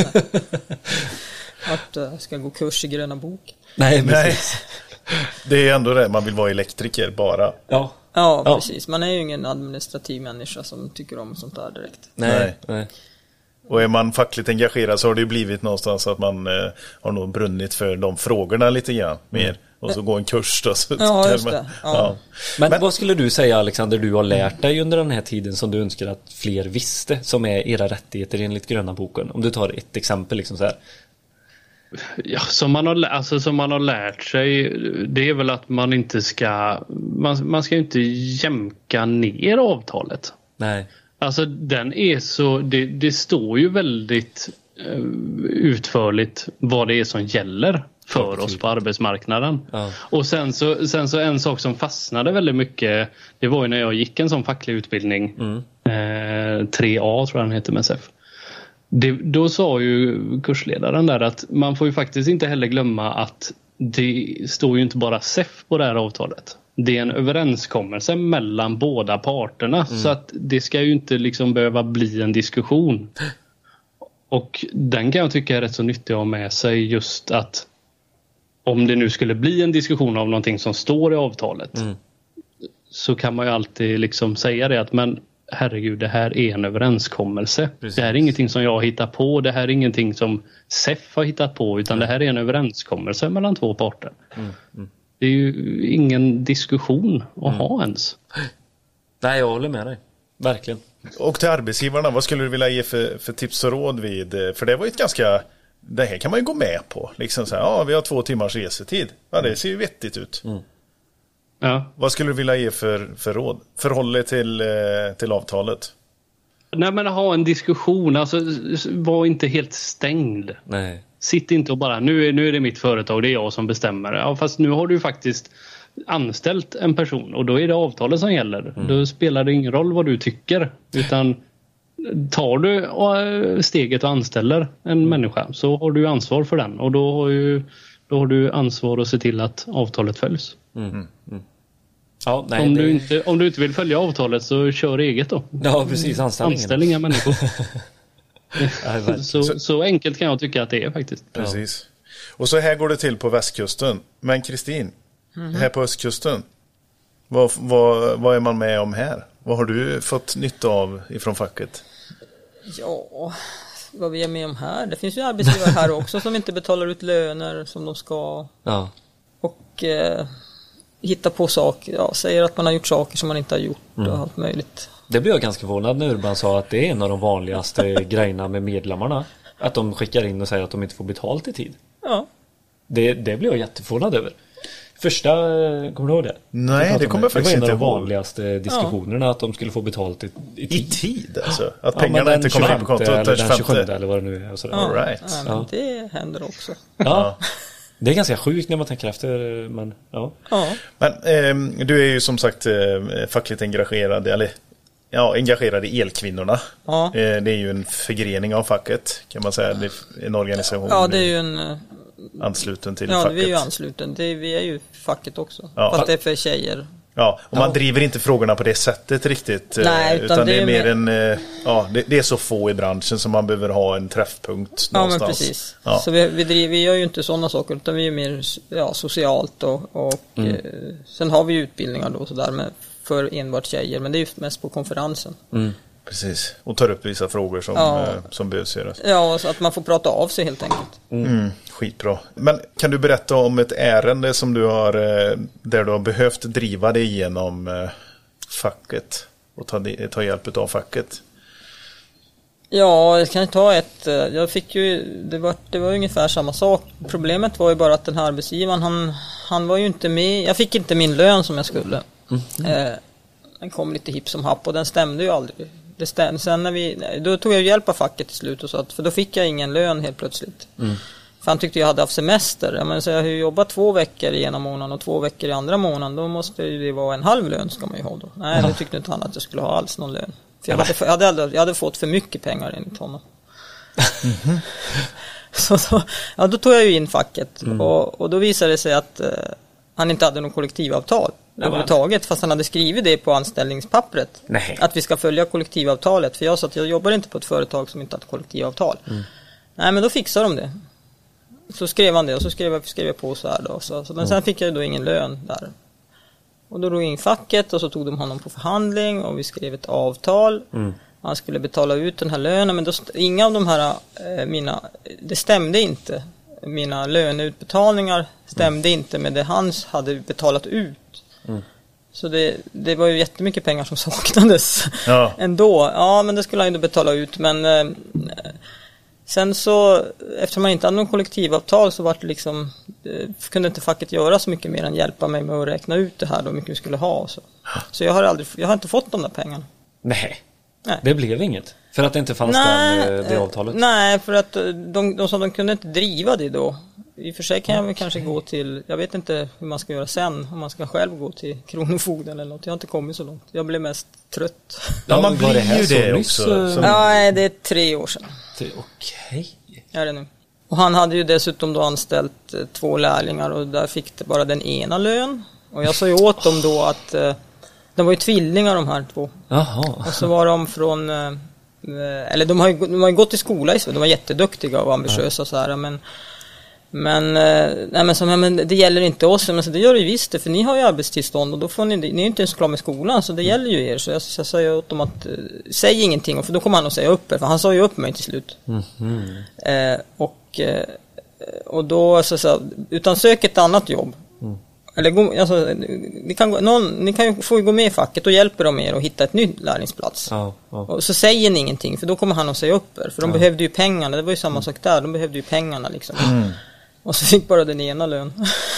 Att jag uh, ska gå kurs i gröna bok. Nej, Nej. Det är ändå det, man vill vara elektriker bara. Ja. Ja, ja, precis. Man är ju ingen administrativ människa som tycker om sånt där direkt. Nej, nej. Och är man fackligt engagerad så har det ju blivit någonstans att man eh, har nog brunnit för de frågorna lite grann mer. Mm. Och så gå en kurs då. Så ja, just det. Ja. Ja. Men, Men vad skulle du säga, Alexander, du har lärt dig under den här tiden som du önskar att fler visste, som är era rättigheter enligt gröna boken? Om du tar ett exempel liksom så här. Ja, som man har, alltså, som man har lärt sig, det är väl att man inte ska man, man ska ju inte jämka ner avtalet. Nej. Alltså den är så, det, det står ju väldigt uh, utförligt vad det är som gäller för oss på arbetsmarknaden. Ja. Och sen så, sen så en sak som fastnade väldigt mycket, det var ju när jag gick en sån facklig utbildning, mm. eh, tre A tror jag den heter med S F. Det, då sa ju kursledaren där att man får ju faktiskt inte heller glömma att det står ju inte bara S E F på det här avtalet. Det är en överenskommelse mellan båda parterna, mm. så att det ska ju inte liksom behöva bli en diskussion. Och den kan jag tycka är rätt så nyttig att ha med sig, just att om det nu skulle bli en diskussion av någonting som står i avtalet, mm. så kan man ju alltid liksom säga det att men herregud, det här är en överenskommelse. Precis. Det här är ingenting som jag hittar på. Det här är ingenting som S E F har hittat på. Utan mm. det här är en överenskommelse mellan två parter. Mm. Mm. Det är ju ingen diskussion att mm. ha ens. Nej, jag håller med dig. Verkligen. Och till arbetsgivarna, vad skulle du vilja ge för, för tips och råd vid? För det var ju ett ganska... Det här kan man ju gå med på. Liksom så här, ja, vi har två timmars resetid. Ja, det ser ju vettigt ut. Mm. Ja. Vad skulle du vilja ge för, för råd? Förhållet till, till avtalet? Nej, men ha en diskussion. Alltså, var inte helt stängd. Nej. Sitt inte och bara, nu är, nu är det mitt företag, det är jag som bestämmer. Ja, fast nu har du faktiskt anställt en person och då är det avtalet som gäller. Mm. Då spelar det ingen roll vad du tycker. Utan tar du steget och anställer en mm. människa, så har du ansvar för den. Och då har, ju, då har du ansvar att se till att avtalet följs. Mm. Mm. Ja, nej, om, det... du inte, om du inte vill följa avtalet, så kör eget då. Ja, precis. Anställningen. Anställningar människor. så, så enkelt kan jag tycka att det är faktiskt. Precis. Och så här går det till på västkusten. Men Kristin, mm-hmm. här på östkusten, vad, vad, vad är man med om här? Vad har du fått nytta av ifrån facket? Ja, vad vi är med om här. Det finns ju arbetsgivare här också som inte betalar ut löner som de ska. Ja. Och eh, hitta på saker. Ja, säger att man har gjort saker som man inte har gjort mm. och allt möjligt. Det blev jag ganska förvånad när Urban sa att det är en av de vanligaste grejerna med medlemmarna. Att de skickar in och säger att de inte får betalt i tid. Ja. Det, det blev jag jätteförvånad över. Första, kommer du ihåg det? Nej, det kommer jag faktiskt inte ihåg. Det var en av de vanligaste diskussionerna, ja. Att de skulle få betalt i, i tid. I tid alltså? Att pengarna ja, inte kommer in på kontot eller den tjugosjunde eller vad det nu är. Och sådär. Ja, All right. ja, men det händer också. Ja, det är ganska sjukt när man tänker efter. Men, ja. Ja. men eh, du är ju som sagt eh, fackligt engagerad, eller ja, engagerad i elkvinnorna. Ja. Eh, det är ju en förgrening av facket, kan man säga. Det är en organisation. Ja, det är ju en... ansluten till ja, facket. Ja, vi är ju ansluten. Det är, vi är ju facket också. Ja. Fast det är för tjejer. Ja, och man ja. driver inte frågorna på det sättet riktigt. Nej, utan, utan det, det är mer med... en, ja, det, det är så få i branschen som man behöver ha en träffpunkt ja, någonstans. Men precis. Ja. Så vi, vi, driver, vi gör ju inte sådana saker, utan vi är mer ja, socialt och, och mm. eh, sen har vi utbildningar då sådär med, för enbart tjejer, men det är ju mest på konferensen. Mm. Precis, och tar upp vissa frågor som, ja. eh, som behövs göras. Ja, så att man får prata av sig helt enkelt. Mm. Mm, skitbra. Men kan du berätta om ett ärende som du har, eh, där du har behövt driva dig igenom eh, facket och ta, ta hjälp av facket? Ja, jag kan ta ett. Jag fick ju, det var, det var ungefär samma sak. Problemet var ju bara att den här arbetsgivaren, han, han var ju inte med. Jag fick inte min lön som jag skulle. Mm. Eh, den kom lite hipp som happ och den stämde ju aldrig. Det stämde. Sen när vi, då tog jag hjälp av facket till slut och så att, för då fick jag ingen lön helt plötsligt. Mm. För han tyckte jag hade haft semester. Jag menar, så jag har jobbat två veckor i ena månaden och två veckor i andra månaden. Då måste det vara en halv lön ska man ju ha då. Nej, mm. då tyckte inte han att jag skulle ha alls någon lön. För jag hade, jag, hade aldrig, jag hade fått för mycket pengar enligt honom. Mm-hmm. Så då, ja, då tog jag ju in facket. Mm. Och, och då visade det sig att eh, han inte hade något kollektivavtal överhuvudtaget. Fast han hade skrivit det på anställningspappret. Nej. Att vi ska följa kollektivavtalet. För jag sa att jag jobbar inte på ett företag som inte har ett kollektivavtal. Mm. Nej, men då fixade de det. Så skrev han det och så skrev jag, skrev jag på så här då. Så, så, men sen fick jag då ingen lön där. Och då drog in facket och så tog de honom på förhandling och vi skrev ett avtal. Mm. Han skulle betala ut den här lönen, men då, inga av de här eh, mina, det stämde inte. Mina löneutbetalningar stämde mm. inte med det han hade betalat ut. Mm. Så det, det var ju jättemycket pengar som saknades ja. ändå. Ja, men det skulle han ju betala ut, men eh, sen så, eftersom man inte hade någon kollektivavtal så var det liksom, kunde inte facket göra så mycket mer än hjälpa mig med att räkna ut det här då, hur mycket vi skulle ha. Så, så jag har aldrig, jag har inte fått de där pengarna. Nej, nej. Det blev inget. För att det inte fanns nej, den, det avtalet? Nej, för att de, de sa att de kunde inte driva det då. I och för sig kan jag väl kanske gå till, jag vet inte hur man ska göra sen, om man ska själv gå till Kronofogden eller något. Jag har inte kommit så långt. Jag blev mest trött. Ja, man blir det ju det också. Som... Ja, det är tre år sedan. Okej. Okay. Är det nu. Och han hade ju dessutom då anställt eh, två lärlingar och där fick det bara den ena lön. Och jag sa ju åt dem då att eh, de var ju tvillingar de här två. Jaha. Och så var de från, eh, eller de har ju, de har ju gått i skola i Sverige. De var jätteduktiga och ambitiösa så här, men Men, nej, men, som, ja, men det gäller inte oss, men så det gör det ju visst det, för ni har ju arbetstillstånd och då får ni, ni är ju inte ens klara med skolan, så det mm. gäller ju er. Så jag, jag säger åt dem att säg ingenting, för då kommer han att säga upp er, för han sa ju upp mig till slut. Mm-hmm. Eh, och, eh, och då så, så utan sök ett annat jobb. Mm. Eller gå, alltså, ni kan, någon, ni kan ju få gå med i facket och hjälper dem er att hitta ett nytt lärlingsplats. Oh, oh. Och så säger ni ingenting, för då kommer han att säga upp er, för de oh. behövde ju pengarna, det var ju samma mm. sak där, de behövde ju pengarna liksom. Mm. Och så fick bara den ena lön.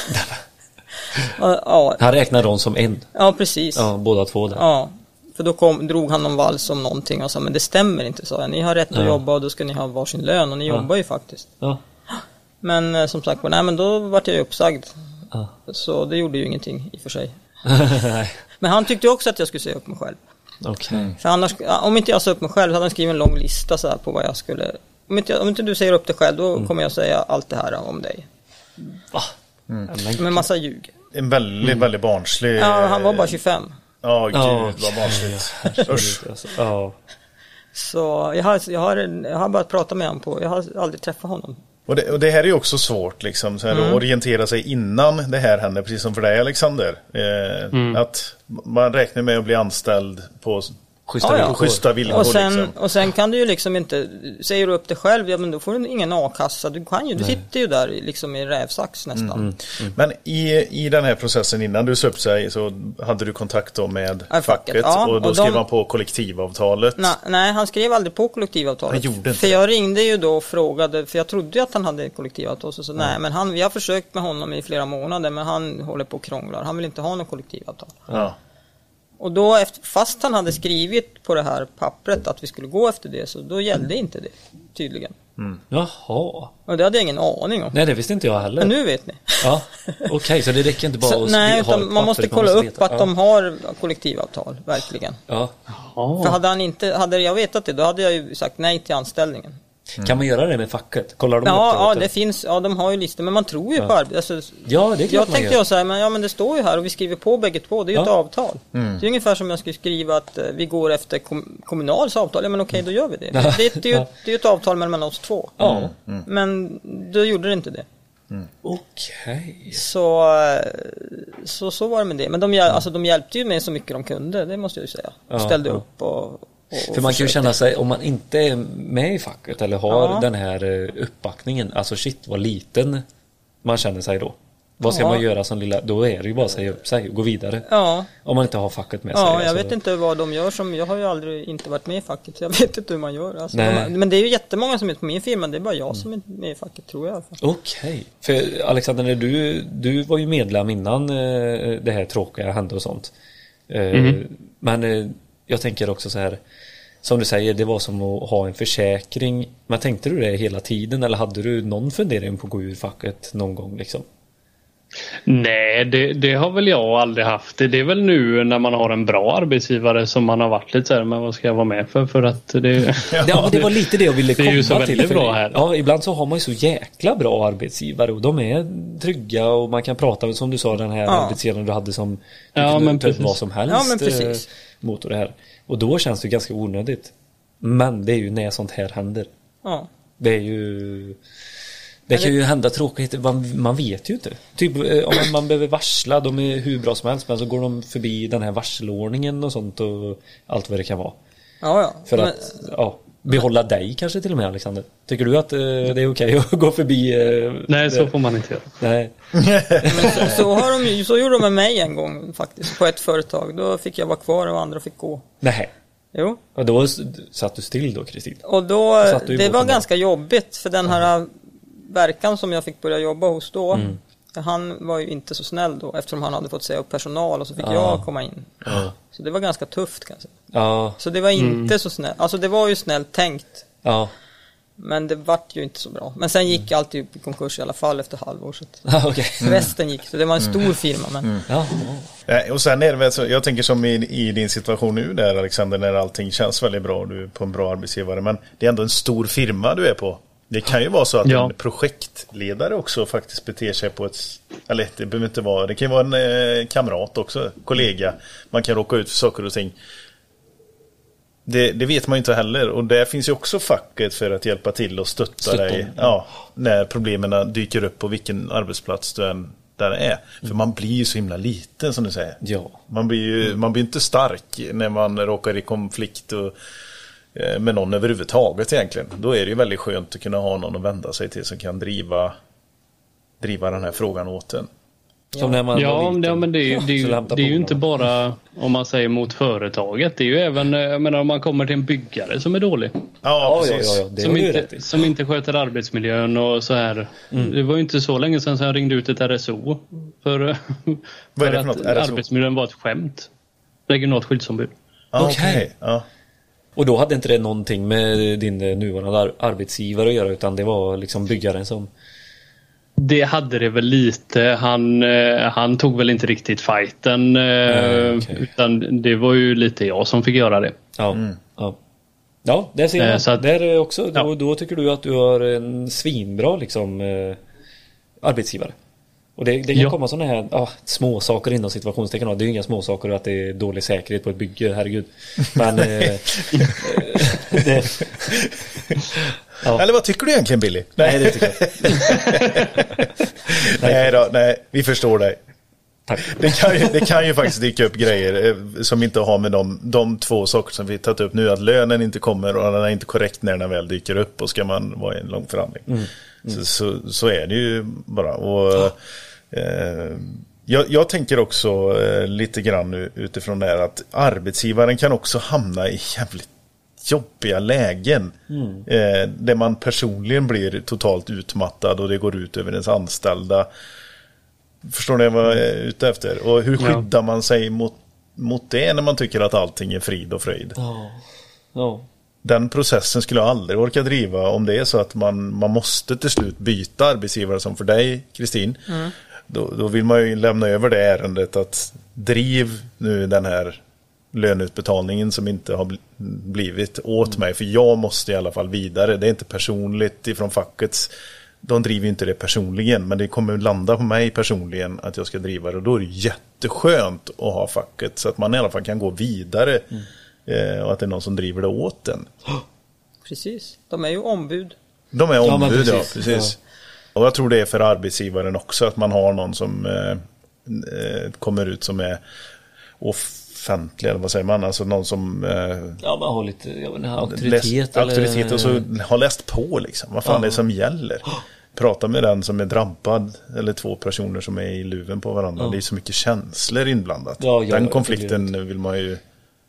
ja. Han räknade dem som en. Ja, precis. Ja, båda två där. Ja, för då kom, drog han någon vals om någonting och sa, men det stämmer inte, sa jag. Ni har rätt att ja. jobba och då ska ni ha varsin lön, och ni ja. jobbar ju faktiskt. Ja. Men eh, som sagt, nej, men då var jag ju uppsagd. Ja. Så det gjorde ju ingenting i och för sig. Men han tyckte också att jag skulle säga upp mig själv. Okay. För annars, om inte jag sa upp mig själv, hade han skrivit en lång lista så här på vad jag skulle... Om inte, om inte du säger upp dig själv, då mm. kommer jag säga allt det här om dig. Va? Mm. Med massa ljug. En väldigt, mm. väldigt barnslig... Ja, han var bara tjugofem. Ja, gud, oh, vad barnsligt. Usch. Oh. Så jag har, jag, har, jag har bara pratat med honom på... Jag har aldrig träffat honom. Och det, och det här är ju också svårt liksom, så här, mm. att orientera sig innan det här händer, precis som för dig, Alexander. Eh, mm. Att man räknar med att bli anställd på... Schyssta, ja, ja. schyssta villkor och sen, liksom. Och sen kan du ju liksom inte, säger du upp det själv, ja, men då får du ingen a-kassa. Du kan ju, du sitter ju där liksom i rävsax nästan. Mm, mm, mm. Men i, i den här processen innan du sa upp sig så hade du kontakt då med ja, facket, ja, och då och skrev de, han på kollektivavtalet. Na, nej, han skrev aldrig på kollektivavtalet. Han gjorde inte. För jag ringde ju då och frågade, för jag trodde ju att han hade kollektivavtal. Så, så mm. nej, men han, vi har försökt med honom i flera månader, men han håller på och krånglar. Han vill inte ha någon kollektivavtal. Ja. Och då, efter, fast han hade skrivit på det här pappret att vi skulle gå efter det, så då gällde inte det, tydligen. Mm. Jaha. Och det hade jag ingen aning om. Nej, det visste inte jag heller. Men nu vet ni. Ja, okej, okay, så det räcker inte bara så, att nej, utan papper, man måste kolla upp veta. Att ja. de har kollektivavtal, verkligen. Ja. För hade han inte, hade jag vetat det, då hade jag ju sagt nej till anställningen. Mm. Kan man göra det med facket? Kollar de ja, upp det? Ja, det finns, ja, de har ju listor, men man tror ju ja. på arbete. Alltså, ja, det är klart jag man tänkte gör. jag så här, men, ja, men det står ju här och vi skriver på bägge två. Det är ju ja. ett avtal. Mm. Det är ungefär som jag skulle skriva att uh, vi går efter kom- kommunals avtal. Ja, men okej, okay, då gör vi det. Det, det, det, är ju, det är ju ett avtal mellan oss två. Mm. Mm. Men då gjorde det inte det. Mm. Okej. Okay. Så, så, så var det med det. Men de, alltså, de hjälpte ju mig så mycket de kunde, det måste jag ju säga. De ställde ja. upp och... För man kan ju känna sig, om man inte är med i facket eller har ja. den här uppbackningen, alltså shit vad liten man känner sig då. Vad ska ja. man göra som lilla, då är det ju bara att säga upp sig och gå vidare. Ja. Om man inte har facket med ja, sig. Ja, jag alltså. vet inte vad de gör som, jag har ju aldrig inte varit med i facket, så jag vet inte hur man gör. Alltså, de, men det är ju jättemånga som är på min firma, det är bara jag mm. som är med i facket, tror jag. Okej. Okay. För Alexander, du, du var ju medlem innan eh, det här tråkiga hände och sånt. Eh, mm. Men eh, jag tänker också så här, som du säger, det var som att ha en försäkring. Men tänkte du det hela tiden eller hade du någon fundering på att gå ur facket någon gång liksom? Nej, det, det har väl jag aldrig haft. Det, det är väl nu när man har en bra arbetsgivare som man har varit lite så här, men vad ska jag vara med för? För att det... Ja, men det var lite det jag ville komma till. Det är ju så väldigt för, bra här. Ja, ibland så har man ju så jäkla bra arbetsgivare och de är trygga och man kan prata, som du sa, den här ja. arbetsgivaren du hade som ja, men precis. vad som helst ja, men precis. mot det här. Och då känns det ganska onödigt. Men det är ju när sånt här händer. Ja. Det är ju... Det kan ju hända tråkigheter, man, man vet ju inte. Typ om man, man behöver varsla, de är hur bra som helst, men så går de förbi den här varselordningen och sånt och allt vad det kan vara. Ja, ja. För men... att ja, behålla dig kanske till och med, Alexander. Tycker du att uh, det är okej okay att gå förbi? Uh, Nej, det? så får man inte göra. Nej. Men så, så, har de, så gjorde de med mig en gång faktiskt, på ett företag. Då fick jag vara kvar och andra fick gå. Nej. Jo. Och då satt du still då, Kristin? Och då, det var ganska jobbigt, för den här mm. verkan som jag fick börja jobba hos då, mm. han var ju inte så snäll då, eftersom han hade fått säga upp personal och så fick ja. jag komma in. Ja. Så det var ganska tufft kanske. Ja. Så det var inte mm. så snällt. Alltså det var ju snällt tänkt. Ja. Men det vart ju inte så bra. Men sen gick mm. allt i konkurs i alla fall efter halvåret. Ah, okay. mm. Resten gick. Så det var en stor mm. firma. Men... Mm. Ja. Ja. Och sen är det väl så, jag tänker som i, i din situation nu där, Alexander, när allting känns väldigt bra, du är på en bra arbetsgivare, men det är ändå en stor firma du är på. Det kan ju vara så att ja. en projektledare också faktiskt beter sig på ett, eller det behöver inte vara, det kan ju vara en eh, kamrat också, kollega. Man kan råka ut för saker och ting. Det, det vet man ju inte heller, och där finns ju också facket för att hjälpa till och stötta, stötta dig ja, när problemen dyker upp på vilken arbetsplats du än där det är. För mm. man blir ju så himla liten, som du säger. Ja. Man blir ju mm. man blir inte stark när man råkar i konflikt och med någon överhuvudtaget egentligen. Då är det ju väldigt skönt att kunna ha någon att vända sig till som kan driva driva den här frågan åt en. Som när man ja, liten, ja, men det är ju, det är ju, det är ju inte bara om man säger mot företaget. Det är ju även, jag menar, om man kommer till en byggare som är dålig. Ja, precis. Ja, ja, ja, det som, inte, rätt. som inte sköter arbetsmiljön och så här. Mm. Det var ju inte så länge sedan som jag ringde ut ett R S O. För, Vad för är det för att något? R S O? Arbetsmiljön var ett skämt. Regionalt skyddsombud. Ah, Okej, okay. Ja. Och då hade inte det någonting med din nuvarande arbetsgivare att göra, utan det var liksom byggaren som... Det hade det väl lite. Han, han tog väl inte riktigt fighten. Mm, okay. Utan det var ju lite jag som fick göra det. Ja, mm. ja. ja det ser man. Så att, där också, ja. då, då tycker du att du har en svinbra liksom, eh, arbetsgivare. Och det, det kan ja. komma sådana här ah, små saker inom situationstecken. Det är ju inga små saker att det är dålig säkerhet på ett bygge, herregud. Men eh, det, ja. Eller vad tycker du egentligen, Billy? Nej, det tycker jag. nej då, nej, vi förstår dig. Tack. Det kan, ju, det kan ju faktiskt dyka upp grejer eh, som inte har med de, de två saker som vi tagit upp nu, att lönen inte kommer och den är inte korrekt när den väl dyker upp, och ska man vara i en lång förhandling. Mm. Mm. Så, så, så är det ju bara. Och, ja. eh, jag, jag tänker också eh, lite grann nu, utifrån det här, att arbetsgivaren kan också hamna i jävligt jobbiga lägen mm. eh, där man personligen blir totalt utmattad och det går ut över ens anställda. Förstår ni vad jag är ute efter? Och hur skyddar ja. man sig mot, mot det när man tycker att allting är frid och fröjd? Ja. Ja. Den processen skulle jag aldrig orka driva om det är så att man, man måste till slut byta arbetsgivare, som för dig, Kristin. Mm. Då, då vill man ju lämna över det ärendet, att driv nu den här löneutbetalningen som inte har blivit åt mig. För jag måste i alla fall vidare. Det är inte personligt ifrån fackets. De driver inte det personligen, men det kommer landa på mig personligen att jag ska driva det. Och då är det jätteskönt att ha facket så att man i alla fall kan gå vidare mm. eh, och att det är någon som driver det åt den. Precis, de är ju ombud. De är ombud, ja, precis. Ja, precis. Ja. Och jag tror det är för arbetsgivaren också att man har någon som eh, eh, kommer ut som är offentlig, eller vad säger man? Alltså någon som eh, ja, man har lite ja, men auktoritet, läst, eller... auktoritet och så har läst på liksom. Vad fan ja. det är som gäller? Prata med den som är drabbad eller två personer som är i luven på varandra. Ja. Det är så mycket känslor inblandat. Ja, ja, den konflikten vill man ju,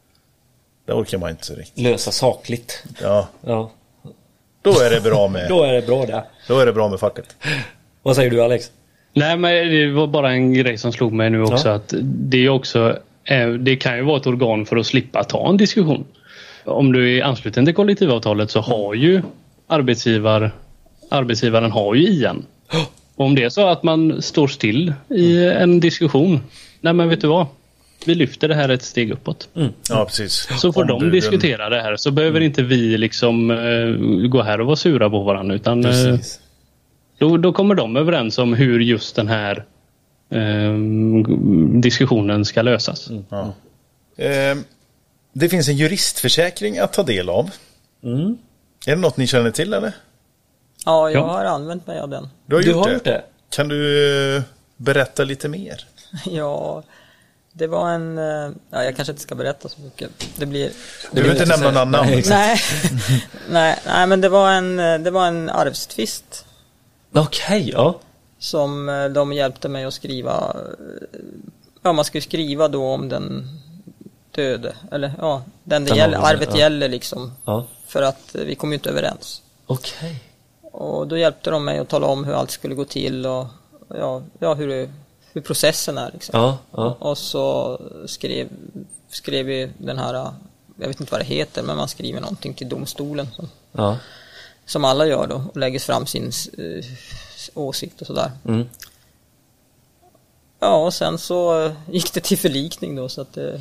det orkar man inte så riktigt. Lösa sakligt. Ja. Ja. Då är det bra med Då är det bra där. Då är det bra med facket. Vad säger du, Alex? Nej, men det var bara en grej som slog mig nu också ja. att det är också det kan ju vara ett organ för att slippa ta en diskussion. Om du är ansluten till kollektivavtalet så har ju arbetsgivar, arbetsgivaren har ju I N. Och om det är så att man står still i en diskussion, nej men vet du vad? Vi lyfter det här ett steg uppåt. Mm. Ja, precis. Så får Ombuden. de diskutera det här. Så behöver mm. inte vi liksom uh, gå här och vara sura på varandra. Utan uh, då, då kommer de överens om hur just den här uh, diskussionen ska lösas. Mm. Ja. Uh, det finns en juristförsäkring att ta del av. Mm. Är det något ni känner till eller? Ja, jag ja. har använt mig av den. Du har, du gjort, har det. gjort det? Kan du uh, berätta lite mer? Ja... Det var en... Ja, jag kanske inte ska berätta så mycket. Det blir... Du vill inte nämna någon namn? Nej. nej, nej, men det var en, det var en arvstvist. Okej, okay, ja. Som de hjälpte mig att skriva... Ja, man skulle skriva då om den döde. Eller ja, den det gäller, arvet ja. gäller liksom. Ja. För att vi kom ju inte överens. Okej. Okay. Och då hjälpte de mig att tala om hur allt skulle gå till och ja, ja hur det... hur processen är liksom. Ja, ja. Och så skrev, skrev vi den här, jag vet inte vad det heter, men man skriver någonting till domstolen som, ja. som alla gör då och lägger fram sin uh, åsikt och sådär. Mm. Ja, och sen så gick det till förlikning då så att uh,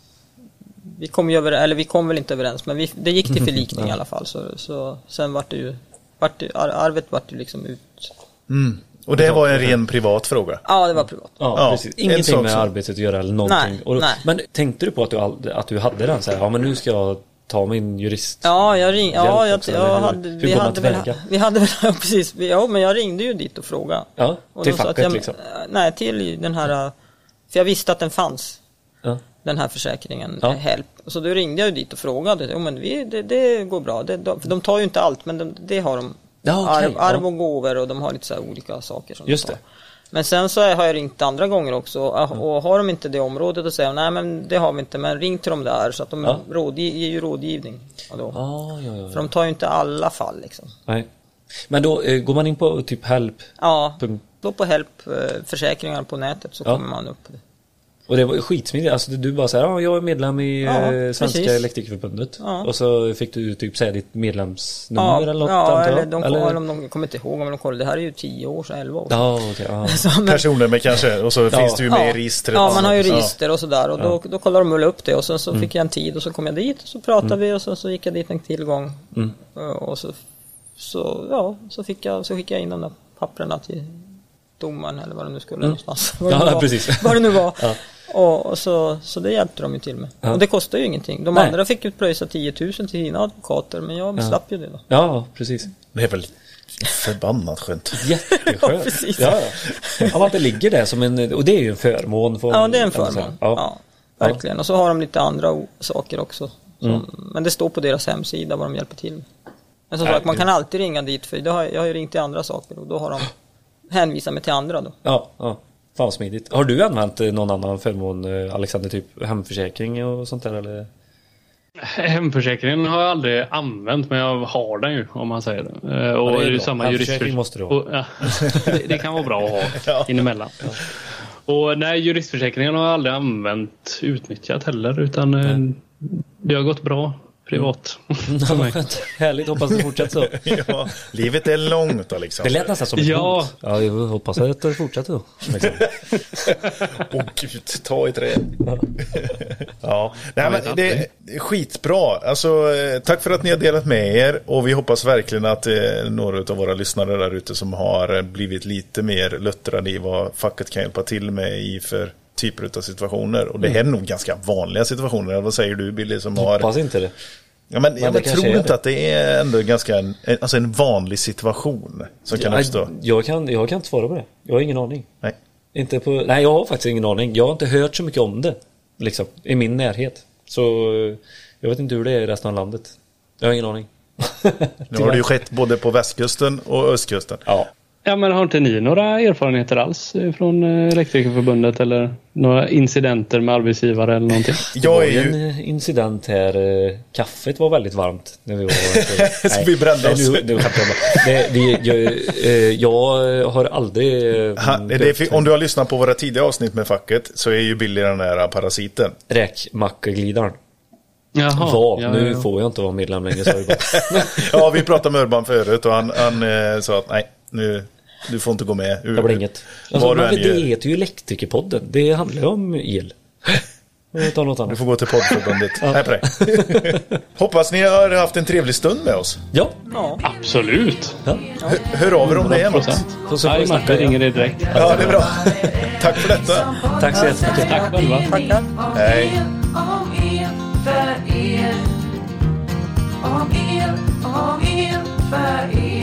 vi kom ju över, eller vi kom väl inte överens, men vi, det gick till förlikning ja. i alla fall så, så sen vart det ju vart det, arvet vart ju liksom ut. Mm. Och det var en ren privat fråga? Ja, det var privat. Ja, ja precis. Ingenting med arbetet att göra eller någonting. Nej, och, nej. Men tänkte du på att du, att du hade den så här, ja men nu ska jag ta min jurist. Ja, jag ringde, ja, jag, också, jag hade, hur vi hade väl, vi hade väl, ja, precis, ja, men jag ringde ju dit och frågade. Ja, och till facket jag, liksom. Nej, till den här, för jag visste att den fanns. Ja. Den här försäkringen, ja. Help. Så då ringde jag ju dit och frågade, ja men vi, det, det går bra. Det, de, för de tar ju inte allt, men de, det har de. Ja, okay. arv, arv och gåvor och de har lite så här olika saker som just det. Men sen så har jag ringt andra gånger också och har de inte det området och säger nej men det har vi inte, men ring till dem där så att de ja. rådgiv, ger ju rådgivning. Då. Ah, ja, ja, ja. För de tar ju inte alla fall liksom. Nej. Men då eh, går man in på typ help? Ja, då på help eh, försäkringar på nätet så ja. kommer man upp. Och det var skitsmidigt, alltså du bara säger ja, jag är medlem i ja, Svenska precis. Elektrikerförbundet ja. Och så fick du typ säga ditt medlemsnummer ja, eller något ja, eller de, eller eller om de kommer inte ihåg om de kollar, det här är ju tio år sedan, elva år sedan. Ja, okay, ja. så, men, personer med kanske, och så ja. finns det ju med ja. i registret. Ja, man har ju register och sådär och då, då kollar de väl upp det och sen så mm. fick jag en tid och så kom jag dit och så pratade mm. vi och så, så gick jag dit en tillgång mm. och så, så, ja, så fick jag, så fick jag in de där papperna till domaren eller vad det nu skulle mm. någonstans. Vad det, ja, var, precis. vad det nu var. Ja. Och, och så, så det hjälpte de ju till med. Ja. Och det kostar ju ingenting. De Nej. andra fick ju pröjsa tio tusen till sina advokater, men jag ja. slapp ju det då. Ja, precis. Det är väl förbannat skönt. Jätteskönt. ja, precis. Ja, ja. ja, att det ligger där som en, och det är ju en förmån. För, ja, det är en förmån. Ja. Ja, verkligen. Och så har de lite andra saker också. Som, mm. Men det står på deras hemsida vad de hjälper till med. Men som sagt, man kan alltid ringa dit, för det har, jag har ju ringt till andra saker och då har de hänvisat mig till andra då. Ja, ja. Fan smidigt. Har du använt någon annan förmån, Alexander, typ hemförsäkring och sånt där eller? Hemförsäkringen har jag aldrig använt, men jag har den ju om man säger det. Och ja, det är, det är samma juristförsäkring måste du ha. Och, ja, det, det kan vara bra att ha ja. inemellan. Ja. Och nej, juristförsäkringen har jag aldrig använt utnyttjat heller, utan mm. det har gått bra. privat. Mm. Härligt, hoppas det fortsätter så. Ja, livet är långt då liksom. Det lät nästan som ett ja. hot. Ja, jag hoppas att det fortsätter så. Liksom. Åh gud, ta i trä. Ja, nej, men det är skitbra. Alltså, tack för att ni har delat med er. Och vi hoppas verkligen att eh, några av våra lyssnare där ute som har blivit lite mer luttrade i vad facket kan hjälpa till med i för typer av situationer. Och det här är nog ganska vanliga situationer. Vad säger du, Billy, som har... Hoppas inte det. Ja, men, men jag tror inte det. Att det är ändå ganska en, alltså en vanlig situation som kan jag, uppstå. Jag kan, jag kan inte svara på det. Jag har ingen aning. Nej. Inte på, nej, jag har faktiskt ingen aning. Jag har inte hört så mycket om det. Liksom, i min närhet. Så jag vet inte hur det är i resten av landet. Jag har ingen aning. Nu har det ju skett både på västkusten och östkusten. Ja. Ja, men har inte ni några erfarenheter alls från Elektrikerförbundet eller några incidenter med arbetsgivare eller någonting? Det var ju en incident här. Kaffet var väldigt varmt när vi var så, så vi brände oss. Nej, nu, nu det, vi, jag, jag har aldrig... Ha, det är, om du har lyssnat på våra tidiga avsnitt med facket så är ju Billy den här parasiten. Räkmackeglidaren. Jaha, Var, ja, nu ja. får jag inte vara medlem längre. Så ja, vi pratade med Urban förut och han, han eh, sa att nej, nu... Du får inte gå med. Det blir inget. Alltså, men det heter ju Elektrikerpodden. Det handlar ju om el. Ta något annat. Du får gå till poddförbundet. Nej, på dig. Hoppas ni har haft en trevlig stund med oss. Ja, Ja. Absolut. ja. Hör, hör av er om det är något. Så, så får Ja, vi snacka jag ringer dig direkt. Ja, det är bra. Tack för detta. Tack så jättemycket. Tack själva. Tackar. Hej. Om el för er. Om el, om el för er.